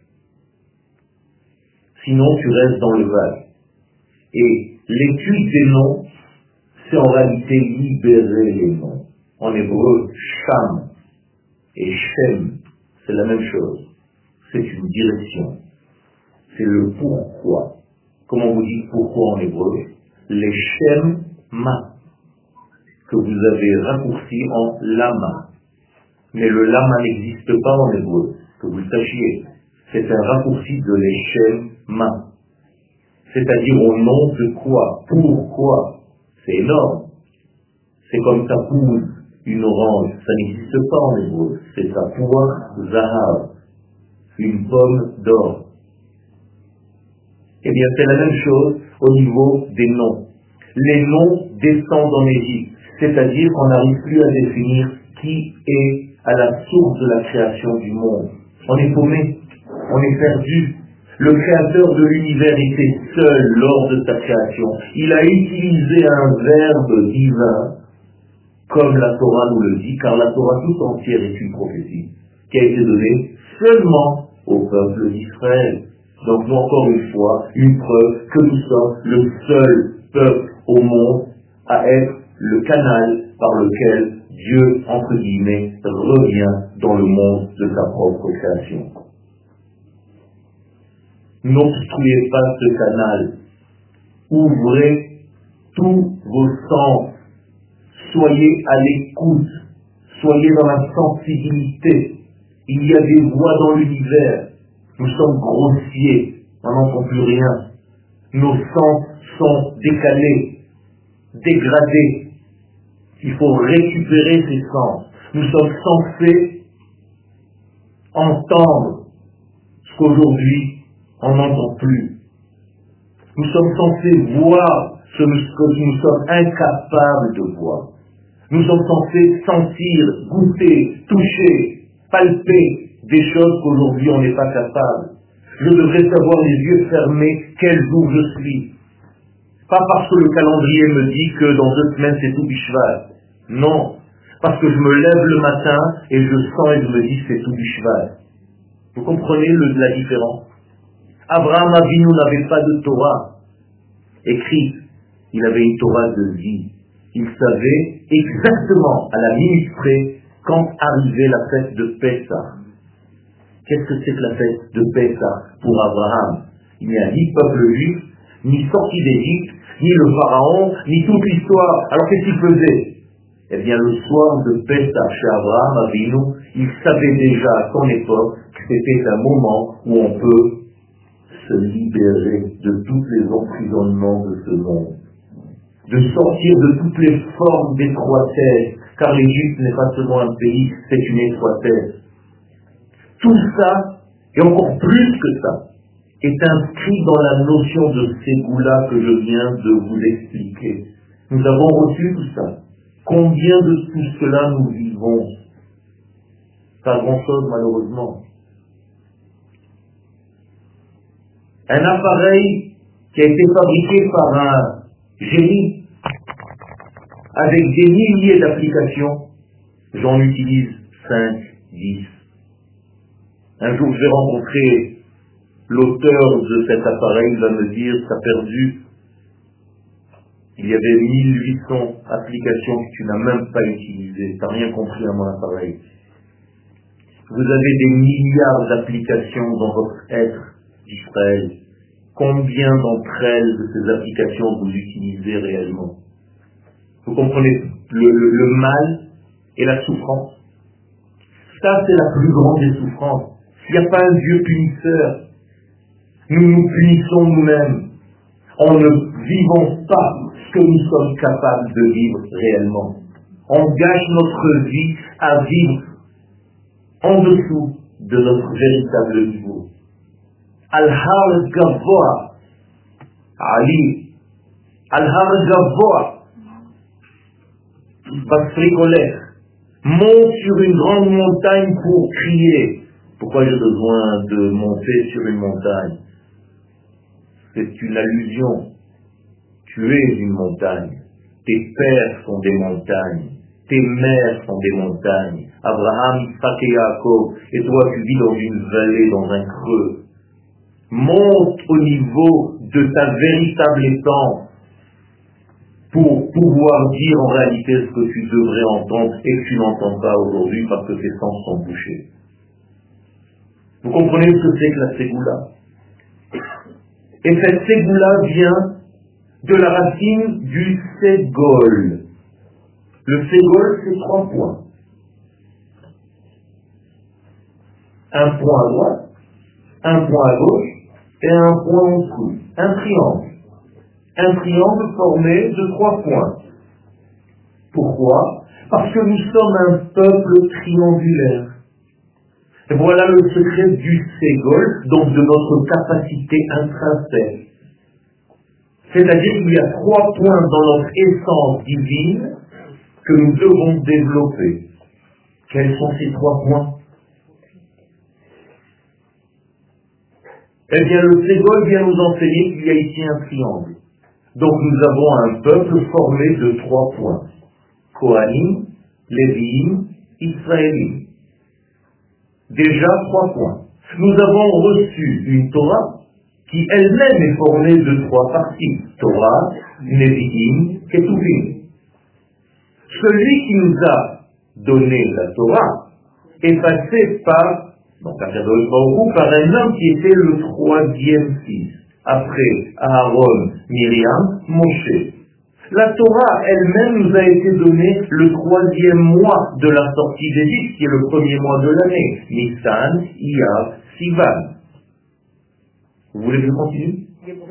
Sinon, tu restes dans le vague. Et l'étude des noms, c'est en réalité libérer les noms. En hébreu, Sham et Shem, c'est la même chose. C'est une direction. C'est le pourquoi. Comment vous dites pourquoi en hébreu? Les Shem Ma, que vous avez raccourci en Lama. Mais le Lama n'existe pas en hébreu, que vous le sachiez. C'est un raccourci de les Shem Ma. C'est-à-dire au nom de quoi? Pourquoi? C'est énorme. C'est comme ça pousse une orange. Ça n'existe pas en hébreu. C'est ça poire Zahav. une pomme d'or. Eh bien, c'est la même chose au niveau des noms. Les noms descendent en Égypte, c'est-à-dire qu'on n'arrive plus à définir qui est à la source de la création du monde. On est paumé, on est perdu. Le créateur de l'univers était seul lors de sa création. Il a utilisé un verbe divin, comme la Torah nous le dit, car la Torah tout entière est une prophétie, qui a été donnée seulement au peuple d'Israël. Donc, nous, encore une fois, une preuve que nous sommes le seul peuple au monde à être le canal par lequel Dieu, entre guillemets, revient dans le monde de sa propre création. N'obstruez pas ce canal. Ouvrez tous vos sens. Soyez à l'écoute. Soyez dans la sensibilité. Il y a des voix dans l'univers. Nous sommes grossiers. On n'entend plus rien. Nos sens sont décalés, dégradés. Il faut récupérer ces sens. Nous sommes censés entendre ce qu'aujourd'hui on n'entend plus. Nous sommes censés voir ce que nous sommes incapables de voir. Nous sommes censés sentir, goûter, toucher, palper des choses qu'aujourd'hui on n'est pas capable. Je devrais savoir les yeux fermés quel jour je suis. Pas parce que le calendrier me dit que dans deux semaines c'est tout Bishvat. Non, parce que je me lève le matin et je sens et je me dis c'est tout Bishvat. Vous comprenez le, la différence? Abraham Avinu n'avait pas de Torah écrite, il avait une Torah de vie. Il savait exactement à la minute près quand arrivait la fête de Pessah. Qu'est-ce que c'est que la fête de Pessah pour Abraham? Il n'y a ni peuple juif, ni sortie d'Égypte, ni le pharaon, ni toute l'histoire. Alors qu'est-ce qu'il faisait? Eh bien, le soir de Pessah chez Abraham Avinu, il savait déjà à son époque que c'était un moment où on peut se libérer de tous les emprisonnements de ce monde, de sortir de toutes les formes d'étroitesse, car l'Égypte n'est pas seulement un pays, c'est une étroitesse. Tout ça, et encore plus que ça, est inscrit dans la notion de Ségoula que je viens de vous expliquer. Nous avons reçu tout ça. Combien de tout cela nous vivons? Pas grand-chose malheureusement. Un appareil qui a été fabriqué par un génie avec des milliers d'applications, j'en utilise cinq, dix. Un jour, je vais rencontrer l'auteur de cet appareil, il va me dire, ça a perdu. Il y avait mille huit cents applications que tu n'as même pas utilisées, tu n'as rien compris à mon appareil. Vous avez des milliards d'applications dans votre être d'Israël. Combien d'entre elles, de ces applications, vous utilisez réellement? Vous comprenez le, le, le mal et la souffrance? Ça, c'est la plus grande des souffrances. Il n'y a pas un Dieu punisseur. Nous nous punissons nous-mêmes. On ne vivons pas ce que nous sommes capables de vivre réellement. On gâche notre vie à vivre en dessous de notre véritable niveau. Al-Har Gavoa, Ali, Al-Har Gavoa, Basrikolech, monte sur une grande montagne pour crier. Pourquoi j'ai besoin de monter sur une montagne? C'est une allusion. Tu es une montagne. Tes pères sont des montagnes. Tes mères sont des montagnes. Abraham, Isaac et Jacob. Et toi, tu vis dans une vallée, dans un creux. Monte au niveau de ta véritable essence pour pouvoir dire en réalité ce que tu devrais entendre et que tu n'entends pas aujourd'hui parce que tes sens sont bouchés. Vous comprenez ce que c'est que la Ségoula? Et cette Ségoula vient de la racine du Ségol. Le Ségol, c'est trois points. Un point à droite, un point à gauche et un point en dessous. Un triangle. Un triangle formé de trois points. Pourquoi? Parce que nous sommes un peuple triangulaire. Et voilà le secret du ségol, donc de notre capacité intrinsèque. C'est-à-dire qu'il y a trois points dans notre essence divine que nous devons développer. Quels sont ces trois points? Eh bien, le ségol vient nous enseigner qu'il y a ici un triangle. Donc nous avons un peuple formé de trois points. Kohanim, Lévi'im, Israélim. Déjà trois points. Nous avons reçu une Torah qui elle-même est formée de trois parties. Torah, Lévi'im, Ketuvim. Celui qui nous a donné la Torah est passé par, donc par un homme qui était le troisième fils. Après Aaron, Myriam, Moshe. La Torah elle-même nous a été donnée le troisième mois de la sortie d'Égypte, qui est le premier mois de l'année. Nissan, Iyar, Sivan. Vous voulez que je continue?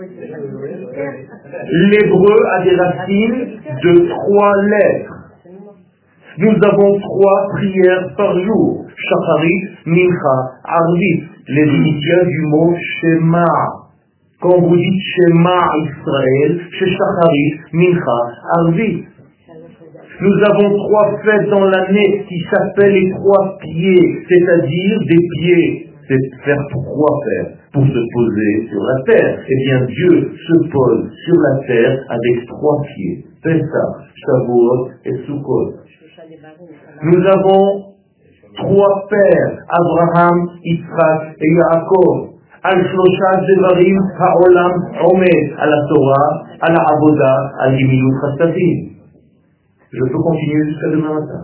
L'hébreu a des racines de trois lettres. Nous avons trois prières par jour. Shacharit, Mincha, Arvit. Les initiales du mot Shema. Quand vous dites Shema Israël, chez Shacharit, Mincha, Arvit. Nous avons trois fêtes dans l'année qui s'appellent les trois pieds, c'est-à-dire des pieds. C'est faire pourquoi faire? Pour se poser sur la terre. Eh bien, Dieu se pose sur la terre avec trois pieds. Pesach, Shavuot et Sukkot. Nous avons trois pères, Abraham, Yitzhak et Yaakov. Al-Shlosha Devarim Ha'olam Omed, à la Torah, à la Avoda, à l'Imilut Chassadim. Je peux continuer jusqu'à demain matin.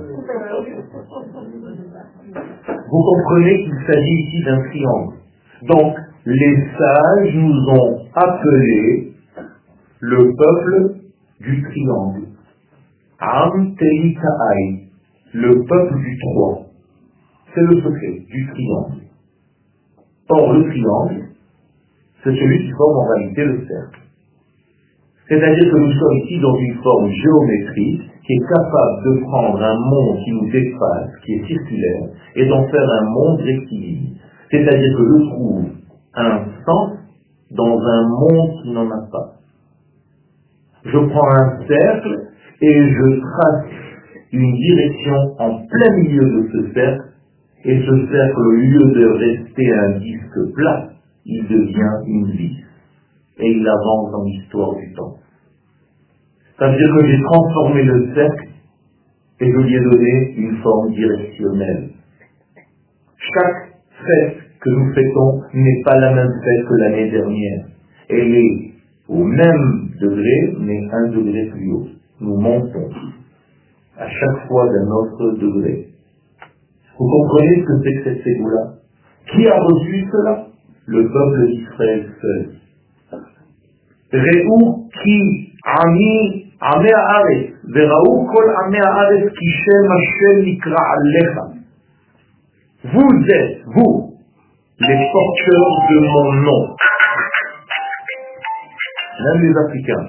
Vous comprenez qu'il s'agit ici d'un triangle. Donc, les sages nous ont appelé le peuple du triangle. Am Telika'ai, le peuple du trois. C'est le secret du triangle. Or, le triangle, c'est celui qui forme en réalité le cercle. C'est-à-dire que nous sommes ici dans une forme géométrique qui est capable de prendre un monde qui nous dépasse, qui est circulaire, et d'en faire un monde rectiligne. C'est-à-dire que je trouve un sens dans un monde qui n'en a pas. Je prends un cercle et je trace une direction en plein milieu de ce cercle, et ce cercle, au lieu de rester un disque plat, il devient une vis. Et il avance dans l'histoire du temps. Ça veut dire que j'ai transformé le cercle et je lui ai donné une forme directionnelle. Chaque fête que nous fêtons n'est pas la même fête que l'année dernière. Elle est au même degré, mais un degré plus haut. Nous montons à chaque fois d'un autre degré. Vous comprenez ce que c'est que cette ségoula? Qui a reçu cela? Le peuple d'Israël seul. Réou qui ami amé haaretz, veraou kol amé haaretz ki shem Hashem nikra alecha. Vous êtes, vous, les porteurs de mon nom. Même les Africains.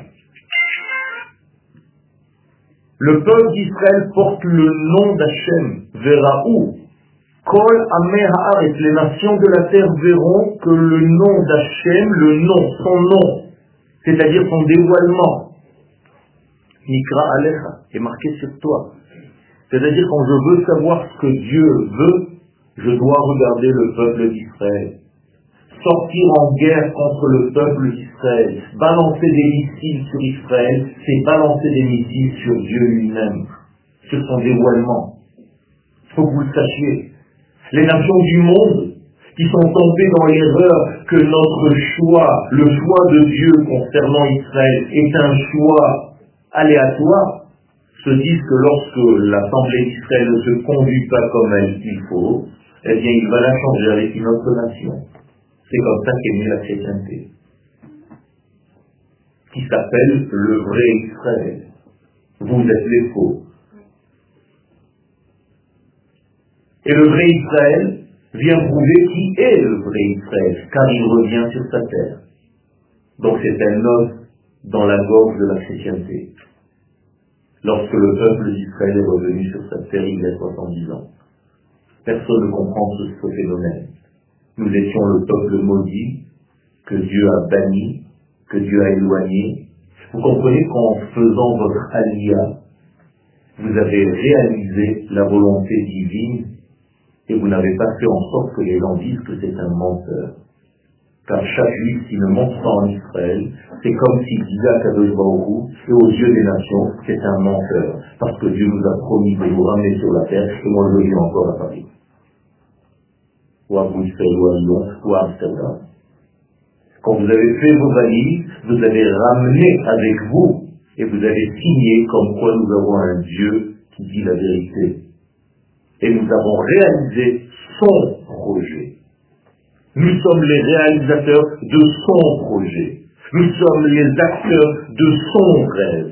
Le peuple d'Israël porte le nom d'Hachem, Veraou. Kol Amé Haaretz, les nations de la terre verront que le nom d'Hachem, le nom, son nom, c'est-à-dire son dévoilement, Nikra Alecha, est marqué sur toi. C'est-à-dire quand je veux savoir ce que Dieu veut, je dois regarder le peuple d'Israël. Sortir en guerre contre le peuple d'Israël, balancer des missiles sur Israël, c'est balancer des missiles sur Dieu lui-même, sur son dévoilement. Il faut que vous le sachiez. Les nations du monde qui sont tombées dans l'erreur que notre choix, le choix de Dieu concernant Israël est un choix aléatoire, se disent que lorsque l'Assemblée d'Israël ne se conduit pas comme elle il faut, eh bien il va la changer avec une autre nation. C'est comme ça qu'est née la chrétienté, qui s'appelle le vrai Israël. Vous êtes les faux. Et le vrai Israël vient prouver qui est le vrai Israël, car il revient sur sa terre. Donc c'est un os dans la gorge de la chrétienté. Lorsque le peuple d'Israël est revenu sur sa terre il y a soixante-dix ans. Personne ne comprend ce, ce phénomène. Nous étions le peuple maudit, que Dieu a banni, que Dieu a éloigné. Vous comprenez qu'en faisant votre aliyah, vous avez réalisé la volonté divine et vous n'avez pas fait en sorte que les gens disent que c'est un menteur. Car chaque juif qui ne monte pas en Israël, c'est comme s'il disait à Kadosh Baruch Hu et aux yeux des nations, c'est un menteur. Parce que Dieu nous a promis de nous ramener sur la terre, et moi je vis encore à Paris. Ou à Bruxelles, ou à Lyon, ou à Amsterdam. Quand vous avez fait vos valises, vous avez ramené avec vous, et vous avez signé comme quoi nous avons un Dieu qui dit la vérité. Et nous avons réalisé son projet. Nous sommes les réalisateurs de son projet. Nous sommes les acteurs de son rêve.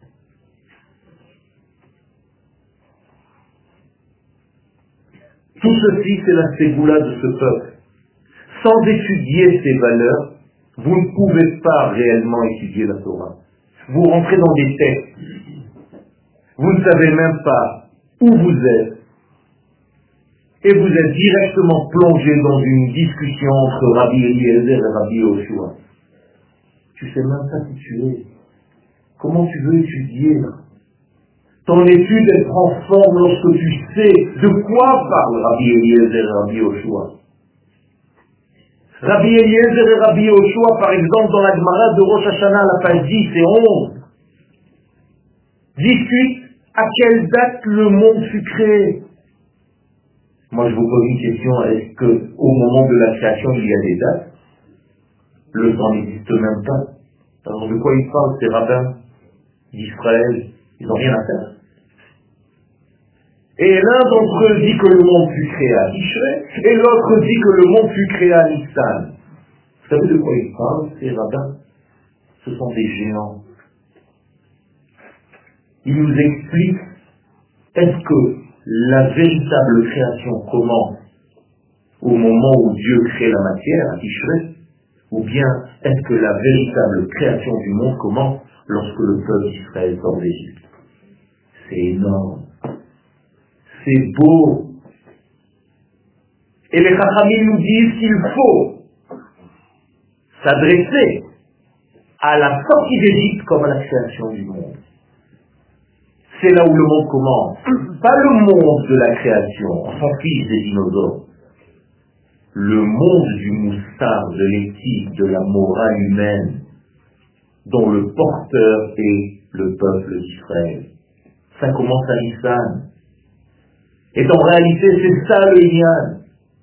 Tout ceci, c'est la ségoula de ce peuple. Sans étudier ces valeurs, vous ne pouvez pas réellement étudier la Torah. Vous rentrez dans des textes. Vous ne savez même pas où vous êtes. Et vous êtes directement plongé dans une discussion entre Rabbi Eliezer et Rabbi Yoshua. Tu ne sais même pas qui tu es. Comment tu veux étudier? Ton étude, elle prend forme lorsque tu sais de quoi parle Rabbi Eliezer et Rabbi Yoshua. Rabbi Eliezer et Rabbi Yoshua, par exemple, dans la Gemara de Rosh Hashanah, la page dix et onze, discutent à quelle date le monde fut créé. Moi, je vous pose une question, est-ce qu'au moment de la création, il y a des dates? Le temps n'existe même pas. Alors, de quoi ils parlent, ces rabbins d'Israël? Ils n'ont rien à faire. Et l'un d'entre eux dit que le monde fut créé à Tishrei, et l'autre dit que le monde fut créé à Nissan. Vous savez de quoi ils parlent, ces rabbins? Ce sont des géants. Ils nous expliquent, est-ce que la véritable création commence au moment où Dieu crée la matière, à Tishrei, ou bien est-ce que la véritable création du monde commence lorsque le peuple d'Israël sort d'Égypte? C'est énorme. C'est beau. Et les Chachamim nous disent qu'il faut s'adresser à la sortie d'Égypte comme à la création du monde. C'est là où le monde commence. Pas le monde de la création, on s'en fiche des dinosaures. Le monde du moussard, de l'éthique, de la morale humaine, dont le porteur est le peuple d'Israël. Ça commence à Nissan. Et en réalité, c'est ça le Inyan.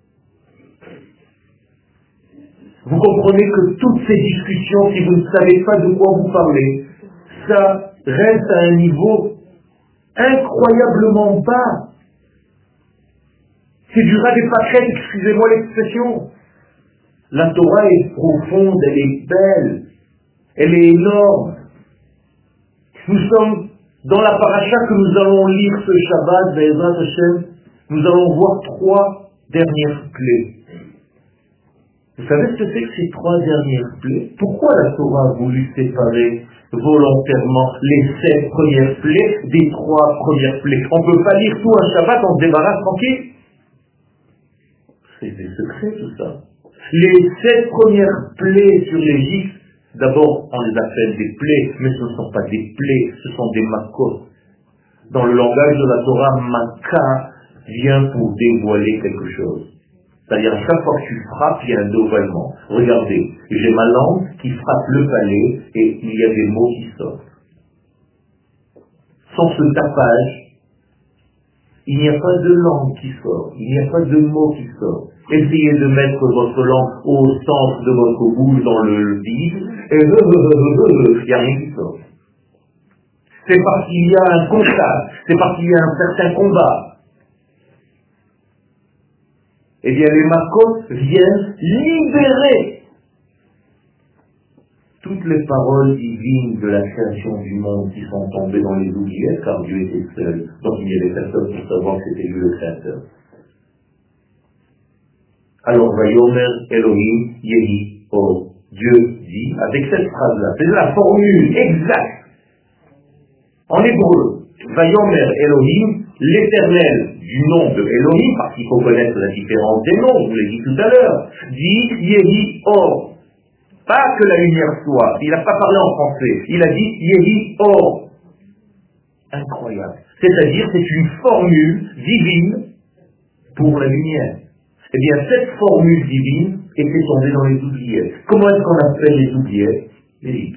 Vous comprenez que toutes ces discussions, si vous ne savez pas de quoi vous parlez, ça reste à un niveau incroyablement bas. C'est du ras des pâquerettes, excusez-moi l'expression. La Torah est profonde, elle est belle, elle est énorme. Nous sommes dans la paracha que nous allons lire ce Shabbat, Be'ezrat Hashem, nous allons voir trois dernières plaies. Vous savez ce que c'est que ces trois dernières plaies? Pourquoi la Torah a voulu séparer volontairement les sept premières plaies des trois premières plaies? On ne peut pas lire tout un Shabbat, on se débarrasse tranquille. C'est des secrets tout ça. Les sept premières plaies sur l'Égypte, d'abord on les appelle des plaies, mais ce ne sont pas des plaies, ce sont des makot. Dans le langage de la Torah, maka vient pour dévoiler quelque chose. C'est-à-dire, à chaque fois que tu frappes, il y a un dévoilement. Regardez, j'ai ma langue qui frappe le palais et il y a des mots qui sortent. Sans ce tapage, il n'y a pas de langue qui sort, il n'y a pas de mots qui sortent. Essayez de mettre votre langue au centre de votre bouche dans le vide, et il n'y a rien qui sort. C'est parce qu'il y a un contact, c'est parce qu'il y a un certain combat. Eh bien, les makot viennent libérer toutes les paroles divines de la création du monde qui sont tombées dans les oubliettes, car Dieu était seul. Donc il y avait personne pour savoir que c'était lui le créateur. Alors, Vayomer Elohim Yehi O. Dieu dit, avec cette phrase-là, c'est la formule exacte. En hébreu, Vayomer Elohim l'Éternel, du nom de Elohim, parce qu'il faut connaître la différence des noms, je vous l'ai dit tout à l'heure, dit Yehi Or. Pas que la lumière soit. Il n'a pas parlé en français. Il a dit Yehi Or. Incroyable. C'est-à-dire, c'est une formule divine pour la lumière. Eh bien, cette formule divine était tombée dans les oubliettes. Comment est-ce qu'on appelle les oubliettes? Les livres.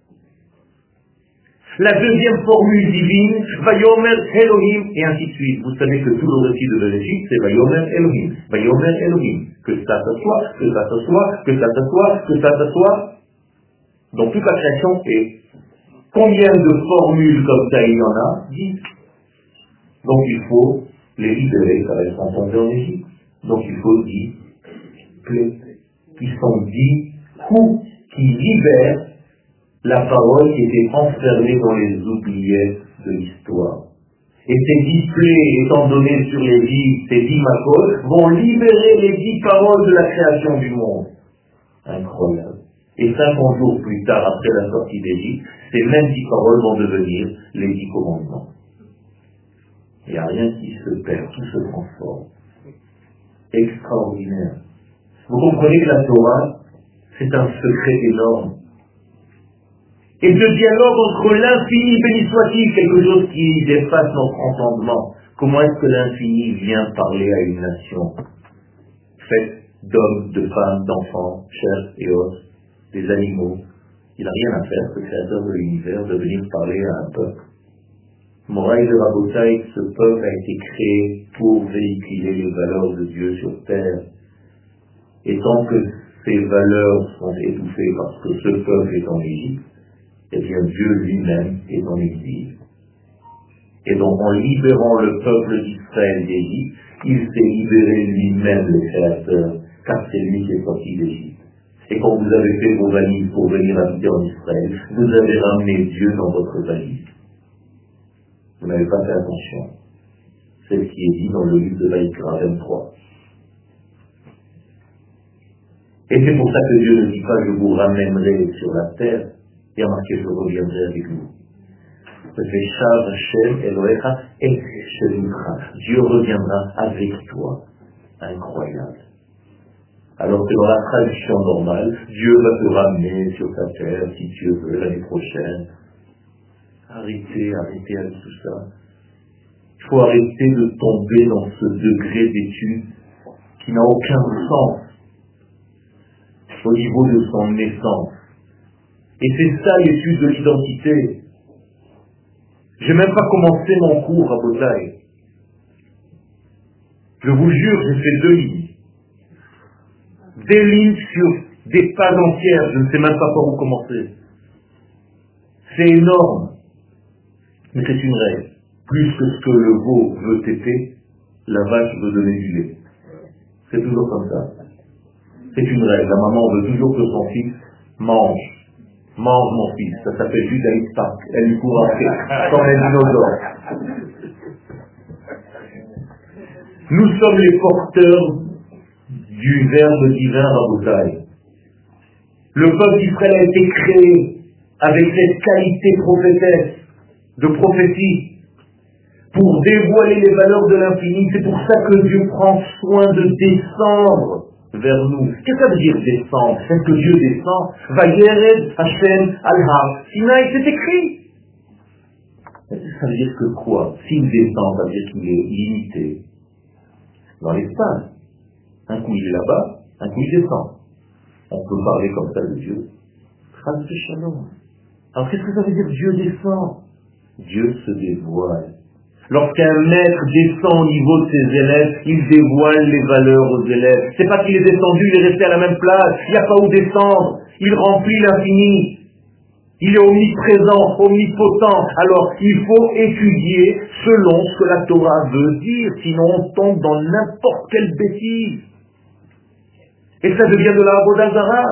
La deuxième formule divine, Vayomer Elohim, et ainsi de suite. Vous savez que tout le récit de l'Égypte, c'est Vayomer Elohim. Vayomer Elohim. Que ça se soit, que ça se soit, que ça se soit, que ça se soit. Donc toute la création est. Combien de formules comme ça il y en a? Dix. Donc il faut les libérer, ça va être entendu en Égypte. Donc il faut dix clés qui sont dix coups qui libèrent la parole qui était enfermée dans les oubliettes de l'histoire. Et ces dix plaies étant données sur les dix, ces dix makot, vont libérer les dix paroles de la création du monde. Incroyable. Et cinquante jours plus tard, après la sortie d'Égypte, ces mêmes dix paroles vont devenir les dix commandements. Il n'y a rien qui se perd, tout se transforme. Extraordinaire. Vous comprenez que la Torah, c'est un secret énorme. Et ce dialogue entre l'infini, béni soit-il, quelque chose qui dépasse notre entendement. Comment est-ce que l'infini vient parler à une nation faite d'hommes, de femmes, d'enfants, chair et os, des animaux? Il n'a rien à faire, ce créateur de l'univers, de venir parler à un peuple. Moraï de Rabotaï, ce peuple a été créé pour véhiculer les valeurs de Dieu sur terre. Et tant que ces valeurs sont étouffées parce que ce peuple est en Égypte, eh bien Dieu lui-même est en exil. Et donc en libérant le peuple d'Israël d'Égypte, il s'est libéré lui-même le Créateur, car c'est lui qui est sorti d'Égypte. Et quand vous avez fait vos valises pour venir habiter en Israël, vous avez ramené Dieu dans votre valise. Vous n'avez pas fait attention. C'est ce qui est dit dans le livre de Vaïkra vingt-trois. Et c'est pour ça que Dieu ne dit pas « je vous ramènerai sur la terre », il y a marqué « je reviendrai avec vous ». Dieu reviendra avec toi. Incroyable. Alors que dans la traduction normale, Dieu va te ramener sur ta terre, si Dieu veut, l'année prochaine. Arrêtez, arrêtez avec tout ça. Il faut arrêter de tomber dans ce degré d'étude qui n'a aucun sens au niveau de son naissance. Et c'est ça l'étude de l'identité. Je n'ai même pas commencé mon cours à Botaï. Je vous jure, j'ai fait deux lignes. Des lignes sur des pages entières, je ne sais même pas par où commencer. C'est énorme. Mais c'est une règle. Plus que ce que le veau veut téter, la vache veut donner du lait. C'est toujours comme ça. C'est une règle. La maman veut toujours que son fils mange. Mange mon fils. Ça s'appelle Judaïs Park. Elle lui court après, comme un dinosaure. Nous sommes les porteurs du verbe divin Rabotaï. Le peuple d'Israël a été créé avec cette qualité prophétesse, de prophétie, pour dévoiler les valeurs de l'infini. C'est pour ça que Dieu prend soin de descendre vers nous. Qu'est-ce que ça veut dire descendre? C'est que Dieu descend. Vayered Hashem al-Har Sinaï, c'est écrit. Ça veut dire que quoi? S'il descend, ça veut dire qu'il est limité dans l'espace. Un coup il est là-bas, un coup il descend. On peut parler comme ça de Dieu. Phrase de shalom. Alors qu'est-ce que ça veut dire Dieu descend? Dieu se dévoile. Lorsqu'un maître descend au niveau de ses élèves, il dévoile les valeurs aux élèves. C'est pas qu'il est descendu, il est resté à la même place. Il n'y a pas où descendre. Il remplit l'infini. Il est omniprésent, omnipotent. Alors, il faut étudier selon ce que la Torah veut dire. Sinon, on tombe dans n'importe quelle bêtise. Et ça devient de la Avodah Zara.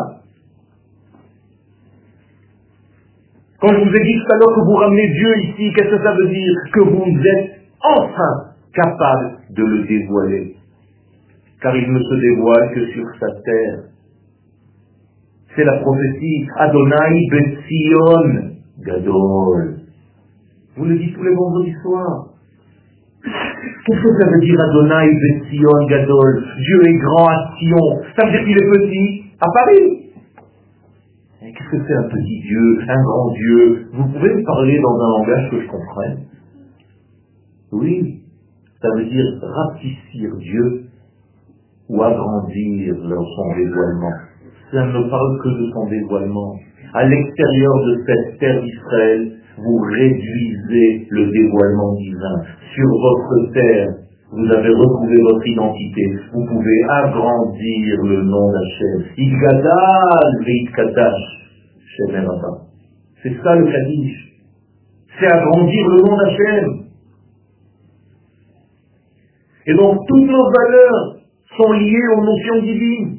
Quand je vous ai dit tout à l'heure que vous ramenez Dieu ici, qu'est-ce que ça veut dire? Que vous êtes enfin capable de le dévoiler. Car il ne se dévoile que sur sa terre. C'est la prophétie Adonai Betzion Gadol. Vous le dites tous les vendredis soirs. Qu'est-ce que ça veut dire Adonai Betzion Gadol? Dieu est grand à Sion. Ça veut dire qu'il est petit à Paris. Et qu'est-ce que c'est un petit Dieu, un grand Dieu? Vous pouvez me parler dans un langage que je comprenne? Oui, ça veut dire rapetissir Dieu ou agrandir son dévoilement. Ça ne parle que de son dévoilement. À l'extérieur de cette terre d'Israël, vous réduisez le dévoilement divin. Sur votre terre, vous avez retrouvé votre identité. Vous pouvez agrandir le nom d'Hachem. Idgadal ve'itkadash Shemer Rabba. C'est ça le Kaddish. C'est agrandir le nom d'Hachem. Et donc toutes nos valeurs sont liées aux notions divines.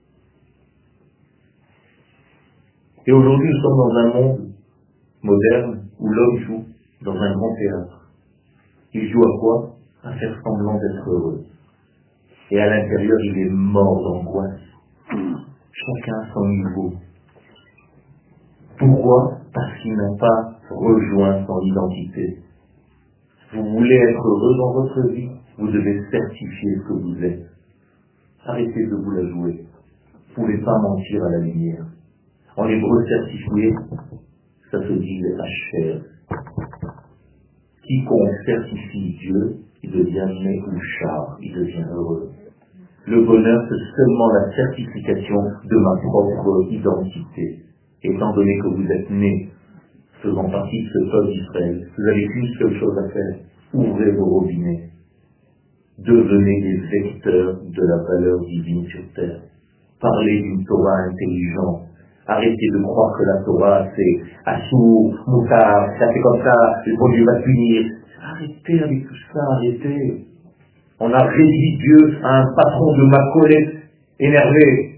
Et aujourd'hui, nous sommes dans un monde moderne où l'homme joue dans un grand théâtre. Il joue à quoi? À faire semblant d'être heureux. Et à l'intérieur, il est mort d'angoisse. Chacun à son niveau. Pourquoi? Parce qu'il n'a pas rejoint son identité. Vous voulez être heureux dans votre vie, vous devez certifier ce que vous êtes. Arrêtez de vous la jouer. Vous ne pouvez pas mentir à la lumière. En hébreu certifié, ça se dit Hacher. Quiconque certifie Dieu, il devient Mehouchar, il devient heureux. Le bonheur, c'est seulement la certification de ma propre identité. Étant donné que vous êtes né, faisant partie de ce peuple d'Israël, vous avez qu'une seule chose à faire, ouvrez vos robinets. Devenez des vecteurs de la valeur divine sur terre. Parlez d'une Torah intelligente. Arrêtez de croire que la Torah c'est Assour, Moutar, ça c'est comme ça, le bon Dieu va punir. Arrêtez avec tout ça, arrêtez. On a réduit Dieu à un patron de Macolette énervé,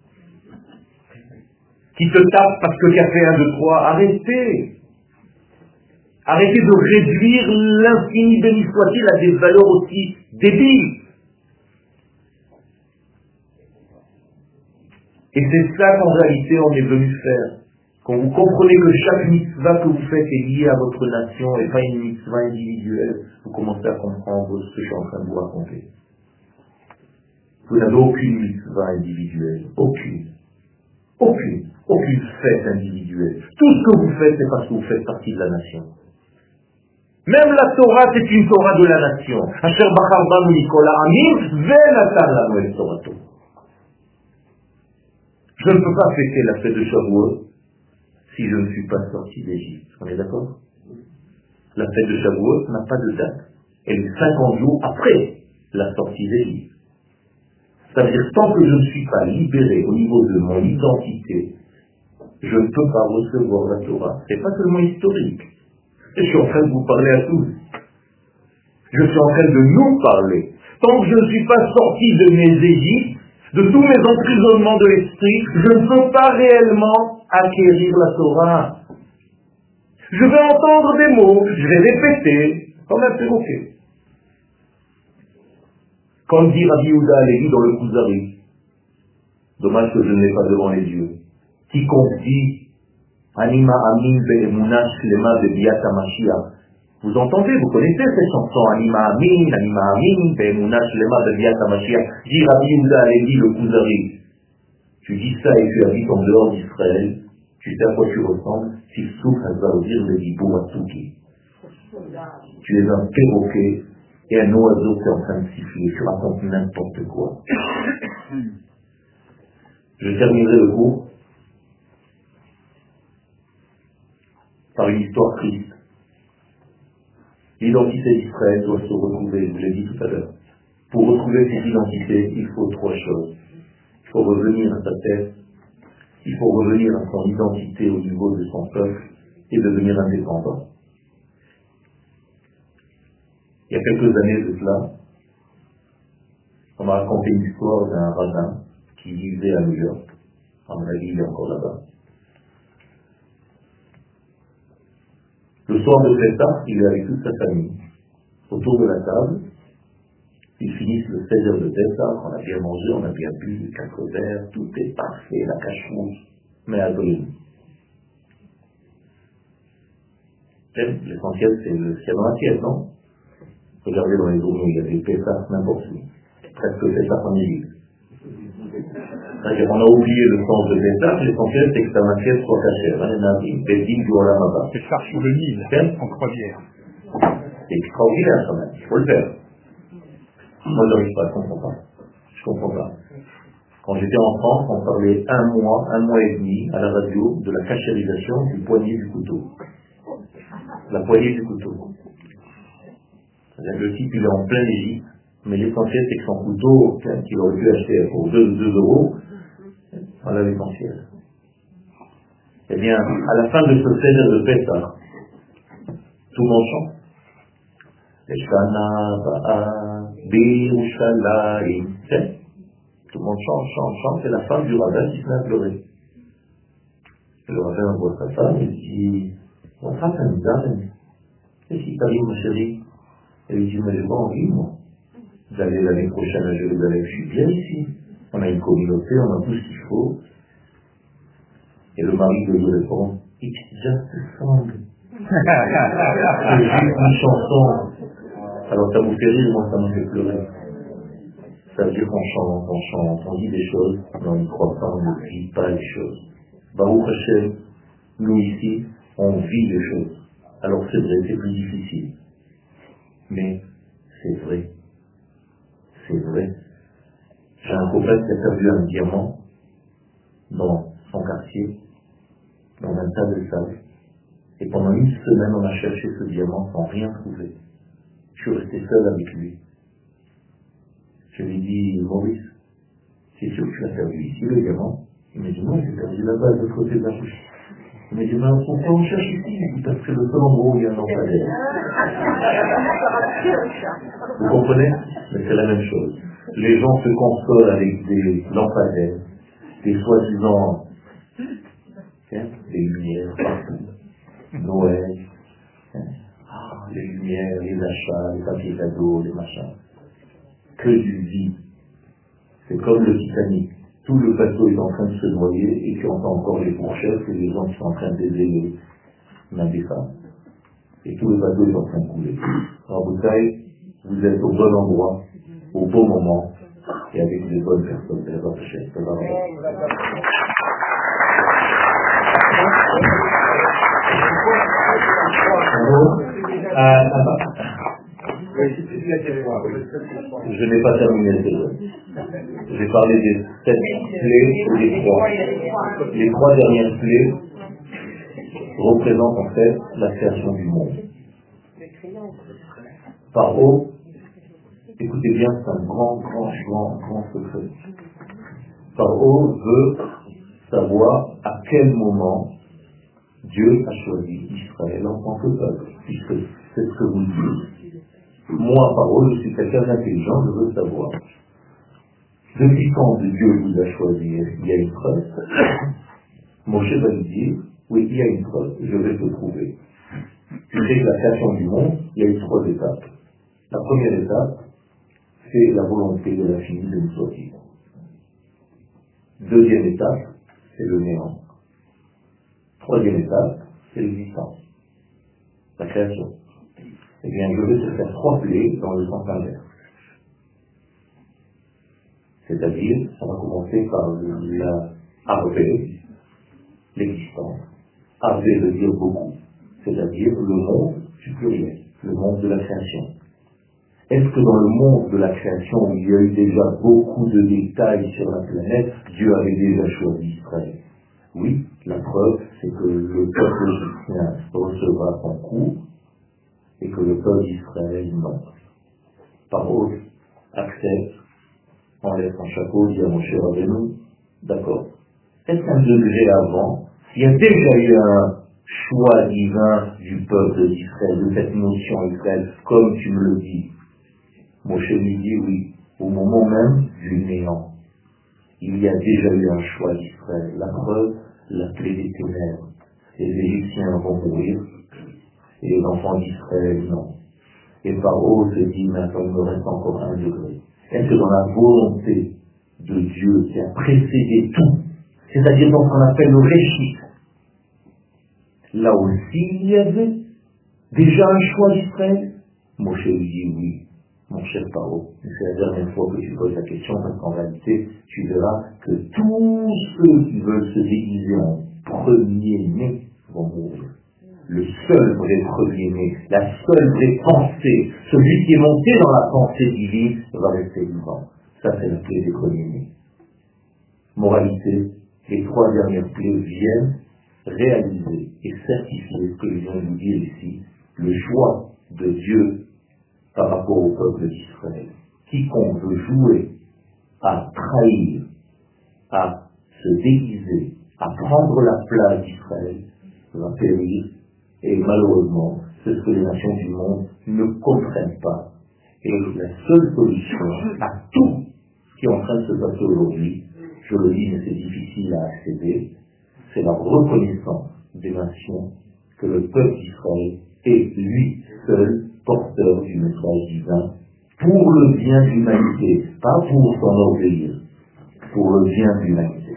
qui te tape parce que tu as fait un, deux, trois. Arrêtez. Arrêtez de réduire l'infini béni soit-il à des valeurs aussi débiles. Et c'est ça qu'en réalité on est venu faire. Quand vous comprenez que chaque mitzvah que vous faites est liée à votre nation et pas une mitzvah individuelle, vous commencez à comprendre ce que je suis en train de vous raconter. Vous n'avez aucune mitzvah individuelle. Aucune. Aucune. Aucune fête individuelle. Tout ce que vous faites, c'est parce que vous faites partie de la nation. Même la Torah, c'est une Torah de la nation. Asher bachar banu Nicolas Amim, ve'natan lanu et Torato. Je ne peux pas fêter la fête de Shavuot si je ne suis pas sorti d'Égypte. On est d'accord? La fête de Shavuot n'a pas de date. Elle est cinquante jours après la sortie d'Égypte. C'est-à-dire, tant que je ne suis pas libéré au niveau de mon identité, je ne peux pas recevoir la Torah. Ce n'est pas seulement historique. Et je suis en train de vous parler à tous. Je suis en train de nous parler. Tant que je ne suis pas sorti de mes Égyptes, de tous mes emprisonnements de l'esprit, je ne peux pas réellement acquérir la Torah. Je vais entendre des mots, je vais répéter, comme un perroquet. Comme dit Rabbi Yehuda Alevi dans le Kuzari, dommage que je ne l'ai pas devant les yeux, quiconque dit Anima Amin Be'emunah Shlema Be'biat HaMashiach. Vous entendez, vous connaissez cette chanson, Anima Amin, Anima Amin Be'emunah Shlema Be'biat HaMashiach. Dit Rabbi Yehuda Alevi le Kuzari. Tu dis ça et tu habites en dehors d'Israël, tu sais à quoi tu ressembles, si souffle va dire le Dibou Atouki. Tu es un perroquet et un oiseau qui est en train de siffler, tu racontes n'importe quoi. Je terminerai le cours par une histoire triste. L'identité d'Israël doit se retrouver, je l'ai dit tout à l'heure. Pour retrouver cette identité, il faut trois choses. Il faut revenir à sa tête, il faut revenir à son identité au niveau de son peuple et devenir indépendant. Il y a quelques années de cela, on m'a raconté une histoire d'un rabbin qui vivait à New York. À mon avis, il est encore là-bas. Le soir de Pessah, il est avec toute sa famille. Autour de la table, ils finissent le seize heures de Pessah, on a bien mangé, on a bien bu, quatre verres, tout est parfait, la cache-rouge, mais à brûler. L'essentiel, c'est le ciel dans l'assiette, non? Regardez dans les journaux, il y a des Pessah n'importe où. Presque Pessah en Égypte. C'est-à-dire qu'on a oublié le sens de Pessah, l'essentiel c'est que ta matière soit cachée. C'est ça sur le Nil, en croisière. C'est extraordinaire quand même, il faut le faire. Moi je n'arrive pas, je comprends pas. Je comprends pas. Quand j'étais en France, on parlait un mois, un mois et demi à la radio de la cachérisation du poignet du couteau. La poignée du couteau. C'est-à-dire que le type il est en plein Égypte, mais l'essentiel c'est que son couteau, qu'il aurait pu acheter pour deux euros, voilà l'essentiel. Eh bien, à la fin de ce seigneur de Pessah, tout le monde chante. Eshana Ba'a Birushalayim. Tout le monde chante, chante, chante, c'est la femme du rabbin qui se met à pleurer. Le rabbin voit sa femme et dit, on frappe un dame. Qu'est-ce qui t'arrive, ma chérie? Elle lui dit, mais j'ai pas envie, moi. D'aller l'année prochaine à Jérusalem, je suis bien ici. On a une communauté, on a tout ce qu'il faut. Et le mari de lui répond, it's just a song. C'est juste une chanson. Alors ça vous fait rire, moi ça me fait pleurer. Ça veut dire qu'on chante, on chante, on dit des choses, mais on n'y croit pas, on ne vit pas les choses. Baruch Hashem, nous ici, on vit les choses. Alors c'est vrai, c'est plus difficile. Mais c'est vrai. C'est vrai. J'ai un copain qui a perdu un diamant dans son quartier, dans un tas de sable. Et pendant une semaine, on a cherché ce diamant sans rien trouver. Je suis resté seul avec lui. Je lui ai dit, Maurice, c'est sûr que tu l'as perdu ici, le diamant? Il m'a dit, non, j'ai perdu là-bas, de l'autre côté de la bouche. Il m'a dit, mais pourquoi on cherche ici? Parce que le seul endroit où il y a un lampadaire. Vous comprenez? Mais c'est la même chose. Les gens se consolent avec des lampadaires, des soi-disant, hein, des lumières partout, Noël, hein, ah, les lumières, les achats, les papiers cadeaux, les machins. Que du vide. C'est comme le Titanic. Tout le bateau est en train de se noyer et tu entends encore les fourchettes et les gens qui sont en train de baiser l'un des femmes. Et tout le bateau est en train de couler. Alors vous savez, vous êtes au bon endroit, au bon moment, et avec les bonnes personnes. C'est votre chef. C'est votre chef. Je n'ai pas terminé le débat. J'ai parlé des sept plaies et des trois. Les trois dernières plaies représentent en fait la création du monde. Paro, écoutez bien, c'est un grand, grand, grand, grand secret. Paro veut savoir à quel moment Dieu a choisi Israël en tant que peuple, puisque c'est ce que vous dites. Moi, Paro, je suis quelqu'un d'intelligent, je veux savoir. Depuis quand Dieu vous a choisi? Il y a une preuve. Moshe va lui dire, oui, il y a une preuve, je vais te prouver. Tu sais que la création du monde, il y a eu trois étapes. La première étape, c'est la volonté de l'infini de nous sortir. Deuxième étape, c'est le néant. Troisième étape, c'est l'existence. La création. Eh bien, je vais te faire trois plaies dans le sens inverse. C'est-à-dire, ça va commencer par la Arvé, l'existence. Arvé veut dire beaucoup. C'est-à-dire le monde du pluriel, le monde de la création. Est-ce que dans le monde de la création, où il y a eu déjà beaucoup de détails sur la planète, Dieu avait déjà choisi Israël? Oui, la preuve, c'est que le peuple égyptien recevra son coup, et que le peuple d'Israël, non. Paro accepte, enlève son chapeau, dit à Moshe Rabbeinu, d'accord. Est-ce qu'un degré avant, il y a déjà eu un choix divin du peuple d'Israël, de cette notion Israël, comme tu me le dis? Moshe lui dit oui, au moment même du néant. Il y a déjà eu un choix d'Israël. La preuve, la plaie des ténèbres. Les Égyptiens vont mourir, et les enfants d'Israël, non. Et Paro se dit, mais attends, il me reste encore un degré. Est-ce que dans la volonté de Dieu qui a précédé tout, c'est-à-dire dans ce qu'on appelle le Réchit, là aussi il y avait déjà un choix d'Israël? Moshe lui dit oui, mon cher Paro, c'est la dernière fois que tu poses la question, parce qu'en réalité, tu verras que tous ceux qui veulent se déguiser en premier-né vont mourir. Le seul vrai premier-né, la seule vraie pensée, celui qui est monté dans la pensée divine, va rester vivant. Ça, c'est la clé des premiers-nés. Moralité, les trois dernières clés viennent réaliser et certifier ce que je viens de vous dire ici, le choix de Dieu par rapport au peuple d'Israël. Quiconque veut jouer à trahir, à se déguiser, à prendre la place d'Israël, va périr. Et malheureusement, c'est ce que les nations du monde ne comprennent pas. Et la seule solution à tout ce qui est en train de se passer aujourd'hui, je le dis, mais c'est difficile à accéder, c'est la reconnaissance des nations que le peuple d'Israël est lui seul porteur du message divin pour le bien de l'humanité, pas pour s'enorgueillir, pour le bien de l'humanité.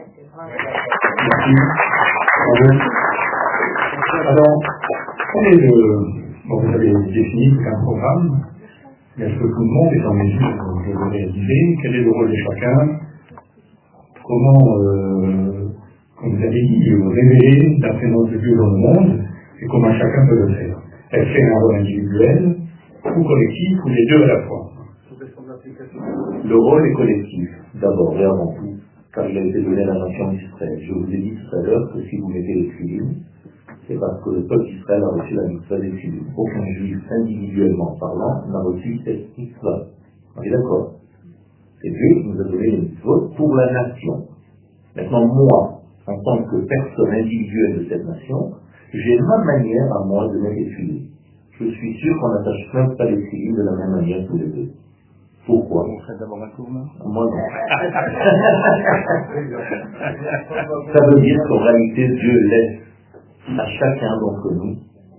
Merci. Alors, quel est le... Bon, vous avez défini tout un programme, mais est-ce que tout le monde est en mesure de le réaliser? Quel est le rôle de chacun? Comment, euh, comme vous avez dit, révéler la présence de Dieu dans le monde, et comment chacun peut le faire? Est-ce qu'il y a un rôle individuel, ou collectif, ou les deux à la fois? Le rôle est collectif, d'abord et avant tout, car il a été donné à la nation d'Israël. Je vous ai dit tout à l'heure que si vous mettez les films, c'est parce que le peuple d'Israël a reçu la mitzvah des films. Aucun juif, individuellement parlant, n'a reçu cette mitzvah. On est d'accord? C'est Dieu qui nous a donné les mitzvot pour la nation. Maintenant, moi, en tant que personne individuelle de cette nation, j'ai ma manière à moi de mettre les films. Je suis sûr qu'on n'attache même pas les films de la même manière tous les deux. Pourquoi? On ferait d'abord un tour, non? Moi non. Ça veut dire qu'en réalité, Dieu laisse à chacun d'entre nous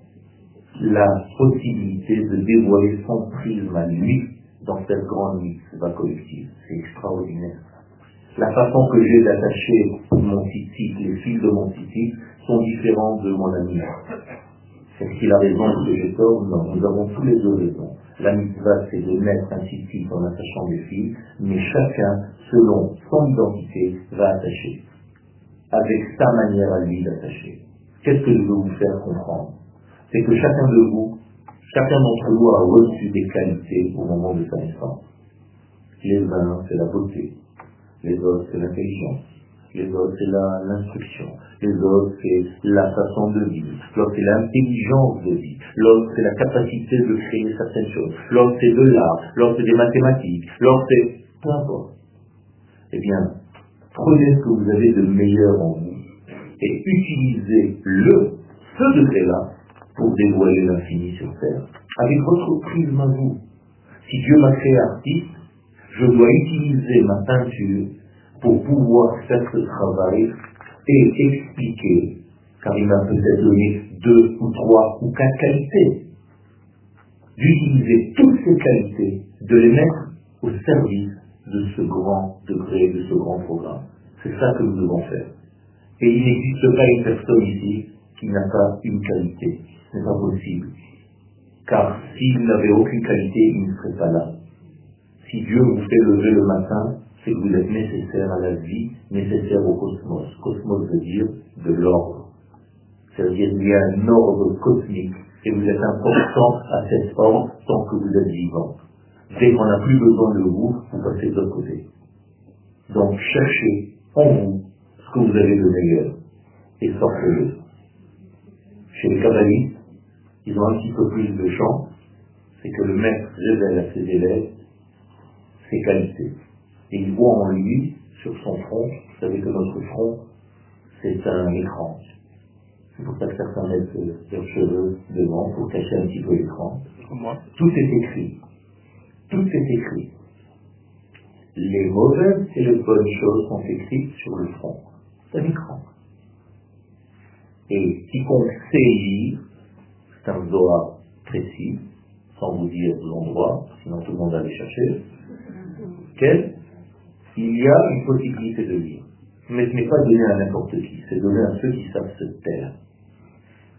la possibilité de dévoiler son prisme à lui dans cette grande mitzvah collective. C'est extraordinaire. La façon que j'ai d'attacher mon titique, les fils de mon titique, sont différentes de mon ami. Est-ce qu'il a raison ou que j'ai tort? Non, nous avons tous les deux raison. La mitzvah, c'est de mettre un titique en attachant des fils, mais chacun, selon son identité, va attacher. Avec sa manière à lui d'attacher. Qu'est-ce que je veux vous faire comprendre? C'est que chacun de vous, chacun d'entre vous a reçu des qualités au moment de sa naissance. Les uns, c'est la beauté. Les autres, c'est l'intelligence. Les autres, c'est la, l'instruction. Les autres, c'est la façon de vivre. L'autre, c'est l'intelligence de vie. L'autre, c'est la capacité de créer certaines choses. L'autre, c'est de l'art. L'autre, c'est des mathématiques. L'autre, c'est... peu importe. Eh bien, prenez ce que vous avez de meilleur en vous et utilisez-le, ce degré-là, pour dévoiler l'infini sur terre. Avec votre prisme à vous. Si Dieu m'a créé artiste, je dois utiliser ma peinture pour pouvoir faire ce travail et expliquer, car il m'a peut-être donné deux ou trois ou quatre qualités. D'utiliser toutes ces qualités, de les mettre au service de ce grand degré, de ce grand programme. C'est ça que nous devons faire. Et il n'existe pas une personne ici qui n'a pas une qualité. Ce n'est pas possible. Car s'il n'avait aucune qualité, il ne serait pas là. Si Dieu vous fait lever le matin, c'est que vous êtes nécessaire à la vie, nécessaire au cosmos. Cosmos veut dire de l'ordre. C'est-à-dire qu'il y a un ordre cosmique et vous êtes important à cet ordre tant que vous êtes vivant. Dès qu'on n'a plus besoin de vous, vous passez de l'autre côté. Donc cherchez en vous ce que vous avez de meilleur et sortez-le. Chez les kabbalistes, ils ont un petit peu plus de chance, c'est que le maître révèle à ses élèves ses qualités. Et ils voient en lui, sur son front, vous savez que notre front, c'est un écran. C'est pour ça que certains mettent leurs cheveux devant pour cacher un petit peu l'écran. Tout est écrit. Tout est écrit. Les mauvaises et les bonnes choses sont écrites sur le front. C'est un écran. Et quiconque sait lire, c'est un zohar précis, sans vous dire l'endroit, sinon tout le monde va aller chercher, quel il y a une possibilité de lire. Mais ce n'est pas donné à n'importe qui, c'est donné à ceux qui savent se taire.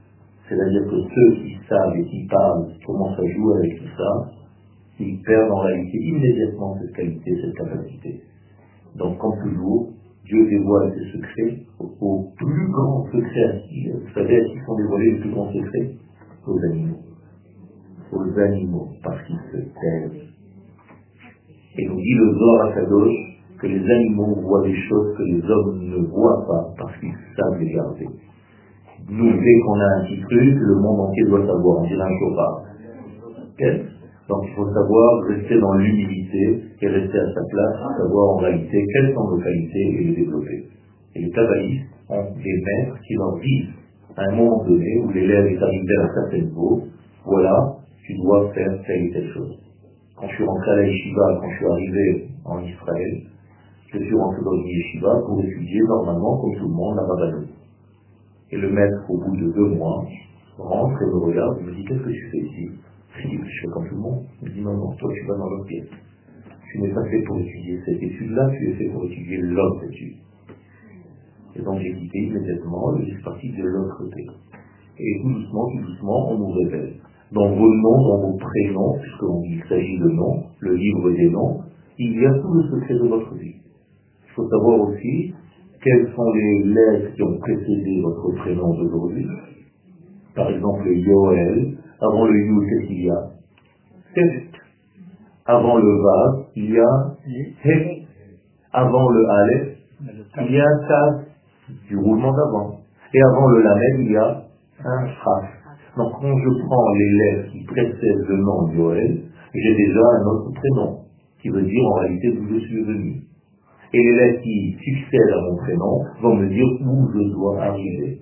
C'est-à-dire que ceux qui savent et qui parlent, qui commencent à jouer avec tout ça, ils perdent en réalité immédiatement cette qualité, cette capacité. Donc, comme toujours, Dieu dévoile ses secrets aux plus grands secrets. Vous savez à qui sont dévoilés les plus grands secrets? Aux animaux. Aux animaux, parce qu'ils se taisent. Et nous dit le Zohar HaKadosh que les animaux voient des choses que les hommes ne voient pas, parce qu'ils savent les garder. Nous, dès qu'on a un petit truc, le monde entier doit savoir, on dirait un chauffard. Okay? Donc il faut savoir rester dans l'humilité et rester à sa place, savoir en réalité quelles sont nos qualités et les développer. Et les kabbalistes ont des maîtres qui leur disent, à un moment donné, où l'élève est arrivé à un certain niveau, voilà, tu dois faire telle et telle chose. Quand je suis rentré à la yeshiva, quand je suis arrivé en Israël, je suis rentré dans une yeshiva pour étudier normalement, comme tout le monde, la rabbanou. Et le maître, au bout de deux mois, rentre et me regarde et me dit, qu'est-ce que tu fais ici? Je dis, je fais comme tout le monde. Il me dit, non, non, toi tu vas dans l'autre pièce. Tu n'es pas fait pour étudier cette étude-là, tu es fait pour étudier l'autre étude. Et donc j'ai quitté immédiatement, je suis parti de l'autre côté. Et tout doucement, tout doucement, on nous révèle. Dans vos noms, dans vos prénoms, puisqu'il s'agit de noms, le livre des noms, il y a tout le secret de votre vie. Il faut savoir aussi quelles sont les lettres qui ont précédé votre prénom d'aujourd'hui. Par exemple, le Yoel, avant le You, qu'est-ce qu'il y a? Tef. Avant le Vav, il y a He. Avant le Aleph, il y a Tav, du roulement d'avant. Et avant le Lamed, il y a un Chaf. Donc quand je prends les lettres qui précèdent le nom Yoel, j'ai déjà un autre prénom, qui veut dire en réalité d'où je suis venu. Et les lettres qui succèdent à mon prénom vont me dire où je dois arriver.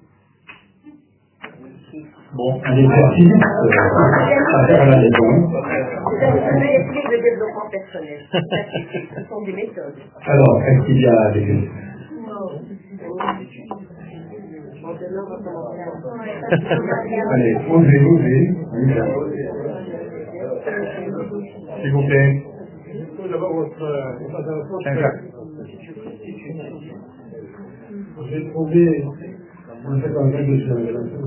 Bon, un exercice euh, à faire à la maison. C'est un exercice de développement personnel. Ce sont des méthodes. Alors, est-ce qu'il y a des questions? Allez, osez, osez. S'il vous plaît. D'abord, votre intervention. J'ai trouvé, en fait, en fait, je suis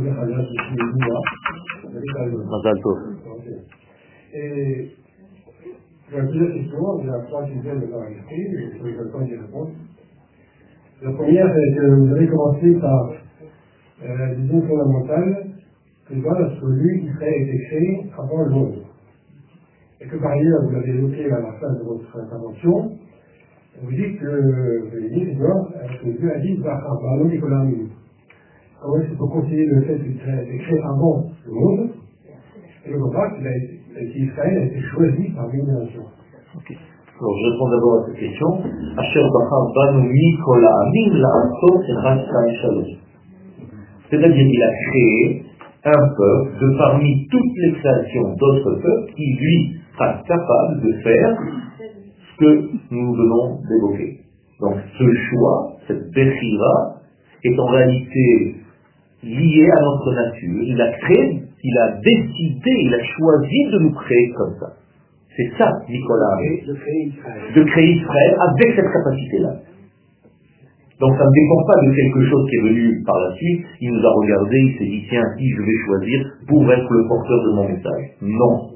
Mazal Tov. Et j'ai plusieurs questions, il y a trois qui viennent de par écrit, et sur lesquelles temps d'y répondre. La première, c'est que vous avez commencé par euh, la vision fondamentale que dans l'absolu, Israël a été créé avant le monde. Et que par ailleurs, vous l'avez évoqué à la fin de votre intervention, vous dites que, vous avez dit, que Dieu a dit, Bachar, Nicolas. Comment est-ce qu'il faut concilier le fait qu'il a été créé avant le monde, et le contraire qu'Israël a été choisi parmi les nations? Okay. Alors je réponds d'abord à cette question. Asher Bachar Banu Nicolas Amin La'aso Echad Shalosh. C'est-à-dire qu'il a créé un peuple de parmi toutes les créations d'autres peuples qui lui sera capable de faire ce que nous venons d'évoquer. Donc ce choix, cette Bechira, est en réalité lié à notre nature. Il a créé, il a décidé, il a choisi de nous créer comme ça. C'est ça, Nicolas, de créer Israël. de créer Israël avec cette capacité-là. Donc ça ne dépend pas de quelque chose qui est venu par la suite, il nous a regardé, il s'est dit, tiens, qui je vais choisir pour être le porteur de mon message. Non.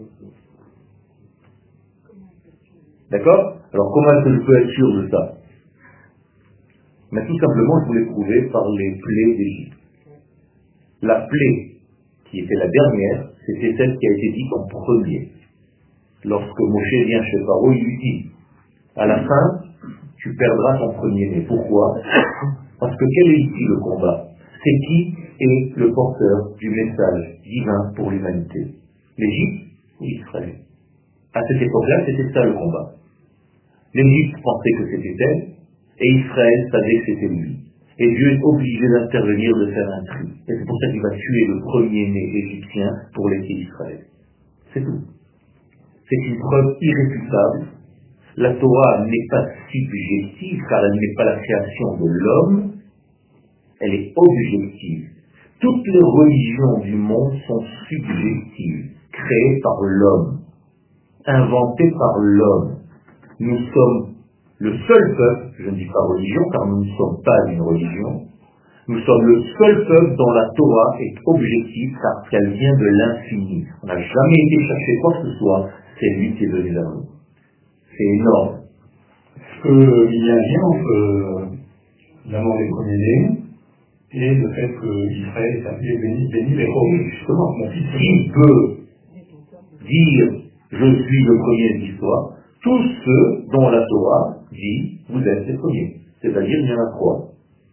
D'accord? Alors comment est-ce que je peux être sûr de ça? Mais tout simplement, je vous l'ai prouvé par les plaies d'Égypte. La plaie, qui était la dernière, c'était celle qui a été dite en premier. Lorsque Moshe vient chez Pharaon, il lui dit, à la fin, tu perdras ton premier-né. Pourquoi? Parce que quel est ici le combat? C'est qui est le porteur du message divin pour l'humanité? L'Égypte ou Israël? À cette époque-là, c'était ça le combat. L'Égypte pensait que c'était elle, et Israël savait que c'était lui. Et Dieu est obligé d'intervenir, de faire un tri. Et c'est pour ça qu'il va tuer le premier-né égyptien pour laisser Israël. C'est tout. C'est une preuve irréfutable. La Torah n'est pas subjective, car elle n'est pas la création de l'homme, elle est objective. Toutes les religions du monde sont subjectives, créées par l'homme, inventées par l'homme. Nous sommes le seul peuple, je ne dis pas religion, car nous ne sommes pas une religion, Nous sommes le seul peuple dont la Torah est objective car qu'elle vient de l'infini. On n'a jamais été chercher quoi que ce soit, c'est lui qui est venu vers nous. C'est énorme. Est-ce qu'il y a un lien entre euh, l'amour des premiers-nés et le fait qu'Israël s'appelait béni, béni les premiers? Justement, Mon fils, qui peut dire je suis le premier de l'histoire? Tous ceux dont la Torah dit vous êtes les premiers. C'est-à-dire il y en a trois.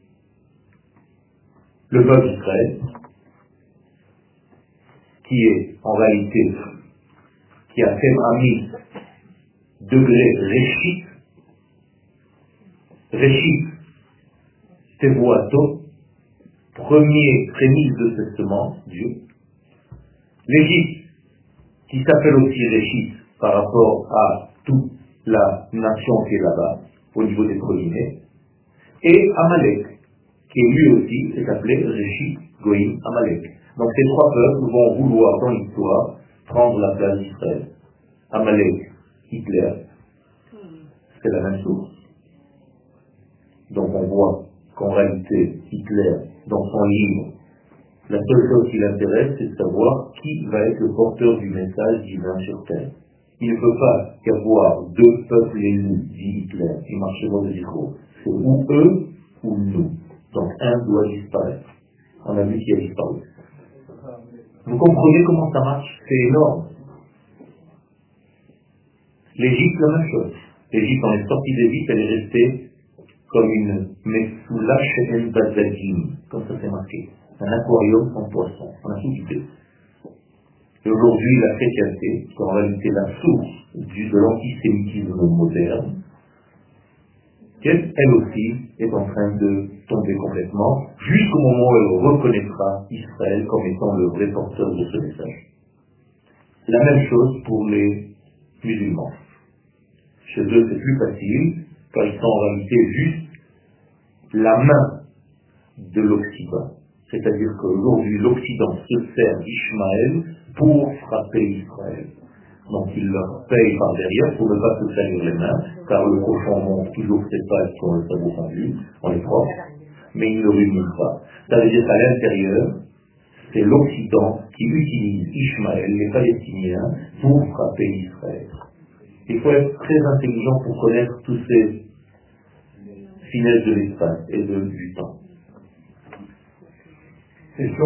Le peuple d'Israël, qui est en réalité, qui a fait ami degré Réchit, Réchit, Tevuato, premier prémisse de cette semence, Dieu. L'Égypte, qui s'appelle aussi Réchit par rapport à toute la nation qui est là-bas, au niveau des premiers, et Amalek, qui lui aussi est appelé Réchit, Goïm, Amalek. Donc ces trois peuples vont vouloir dans l'histoire prendre la place d'Israël. Amalek, Hitler, c'est la même chose. Donc on voit qu'en réalité, Hitler, dans son livre, la seule chose qui l'intéresse, c'est de savoir qui va être le porteur du message divin sur terre. Il ne peut pas y avoir deux peuples élus, dit Hitler, qui marchent dans le discours. C'est ou eux ou nous. Donc un doit disparaître. On a vu qu'il a disparu. Vous comprenez comment ça marche? C'est énorme. L'Égypte, la même chose. L'Égypte, on est sorti d'Égypte, elle est restée comme une Metsoula Shehen Bazadjim, comme ça c'est marqué. Un aquarium sans poisson. On a tout quitté. Et aujourd'hui, la chrétienté, qui est en réalité la source du, de l'antisémitisme moderne, elle aussi est en train de tomber complètement, jusqu'au moment où elle reconnaîtra Israël comme étant le vrai porteur de ce message. La même chose pour les musulmans. Chez eux, c'est plus facile, car ils sont en réalité juste la main de l'Occident. C'est-à-dire qu'aujourd'hui, l'Occident se sert d'Ishmaël pour frapper Israël. Donc il leur paye par derrière pour ne pas se salir les mains, car le cochon monte toujours ses pattes sur le sabot fondu, on est propre, mais il ne le rumine pas. Ça veut dire qu'à l'intérieur, c'est l'Occident qui utilise Ishmaël, les Palestiniens, pour frapper Israël. Il faut être très intelligent pour connaître tous ces finesses de l'espace et de, du temps. Question?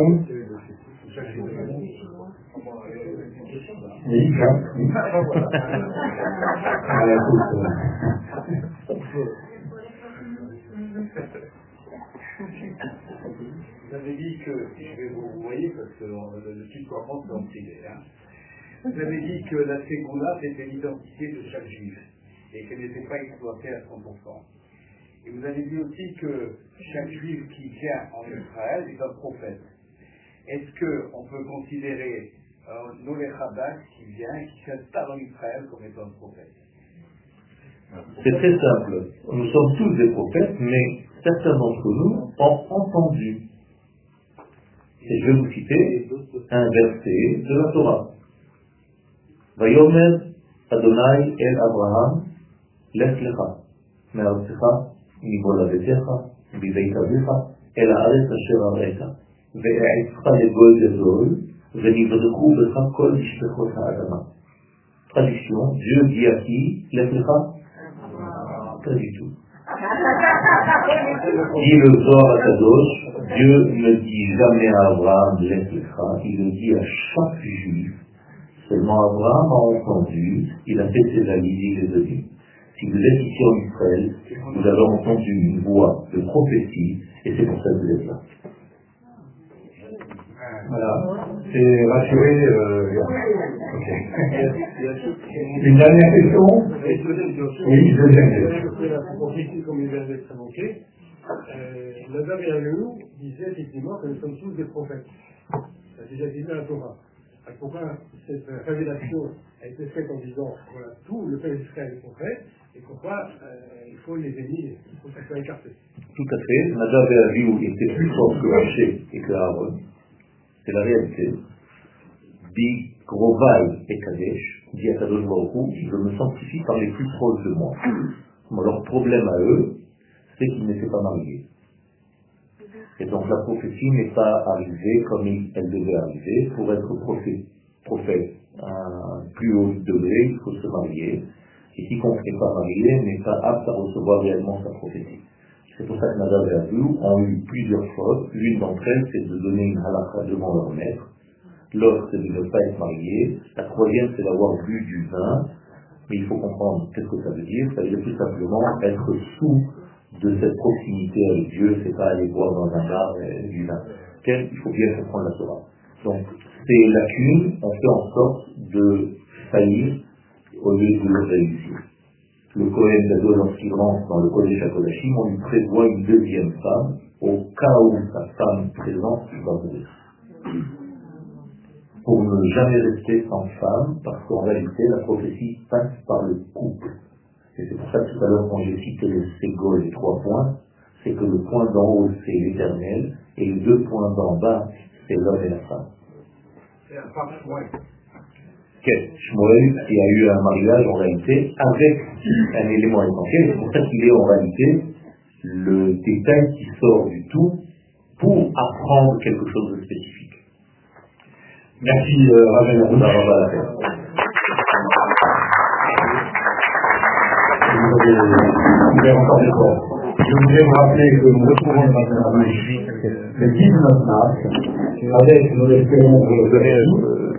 Oui, Jacques. Oui. Ah, écoute, Vous avez dit que, je vais vous voyez parce que le, le titre commence dans le télé, hein. Vous avez dit que la Ségoula c'était l'identité de chaque juif et qu'elle n'était pas exploitée à cent pour cent. Et vous avez dit aussi que chaque juif qui vient en Israël est un prophète. Est-ce qu'on peut considérer un Nolé Chabad qui vient, qui s'installe en Israël comme étant un prophète? C'est très simple. Nous sommes tous des prophètes, mais certains d'entre nous ont entendu. Et je vais vous citer un verset de la Torah. Vayomer Adonai el Abraham, lech lecha, me'artzecha, mivoladetecha, מבית אביך, אל הארץ אשר אראך, ואעצך לגוי גדול, ונברכו בך כל משפחות האדמה. Traduction, Dieu dit à qui? Lech lecha? Pas du tout. Dit le Zohar Kadosh, Dieu ne dit jamais à Abraham Lech lecha, il le dit à chaque juif. Seulement Abraham a entendu, il a fait ses avis, il est venu. Si vous êtes ici en Israël, vous avez entendu une voix de prophétie, et c'est pour ça que vous êtes là. voilà, c'est rassuré. Euh, okay. Une dernière question? Oui, deuxième. La prophétie, comme il vient d'être évoqué, Nadav et Abihu disaient effectivement que nous sommes tous des prophètes. Ça a déjà dit dans la Torah. Alors pourquoi cette révélation a été faite en disant voilà, tout le peuple d'Israël est prophète, et pourquoi euh, il faut les ennemis, il faut que ça soit écarté. Tout à fait. Nadav et Abihu étaient plus forts que Haché et que Aaron. C'est la réalité. Bi Grovai et Kadesh, dit à Kadosh Baruch Hu, je me sanctifie par les plus proches de moi. Bon, leur problème à eux, c'est qu'ils n'étaient pas mariés. Et donc la prophétie n'est pas arrivée comme elle devait arriver. Pour être prophète, prophète à un plus haut degré, il faut se marier. Et quiconque n'est pas marié n'est pas apte à recevoir réellement sa prophétie. C'est pour ça que Nadav et Abihu ont eu plusieurs fautes. L'une d'entre elles, c'est de donner une halakha devant leur maître. L'autre, c'est de ne pas être marié. La troisième, c'est d'avoir bu du vin. Mais il faut comprendre qu'est-ce que ça veut dire. Ça veut dire tout simplement être sous de cette proximité avec Dieu. C'est pas aller boire dans un bar euh, du vin. Il faut bien comprendre la Torah. Donc, ces lacunes ont fait en sorte de faillir au lieu de réussir. Le Kohen Gadol, lorsqu'il rentre dans le Kodesh HaKodashim, on lui prévoit une deuxième femme au cas où sa femme présente va mourir. Pour ne jamais rester sans femme, parce qu'en réalité, la prophétie passe par le couple. Et c'est pour ça que tout à l'heure, quand j'ai cité le Ségol, les trois points, c'est que le point d'en haut, c'est l'éternel, et les deux points d'en bas, c'est l'homme et la femme. C'est un pape Shmuel. Shmuel qui a eu un mariage en réalité avec un élément essentiel, c'est pour ça qu'il est en réalité le détail qui sort du tout pour apprendre quelque chose de spécifique. Merci euh, Raven Arouche. Vous avez ouvert encore des portes. Je voudrais vous rappeler que nous retrouvons Raven Arouche le dix-neuf mars avec, nous l'espérons,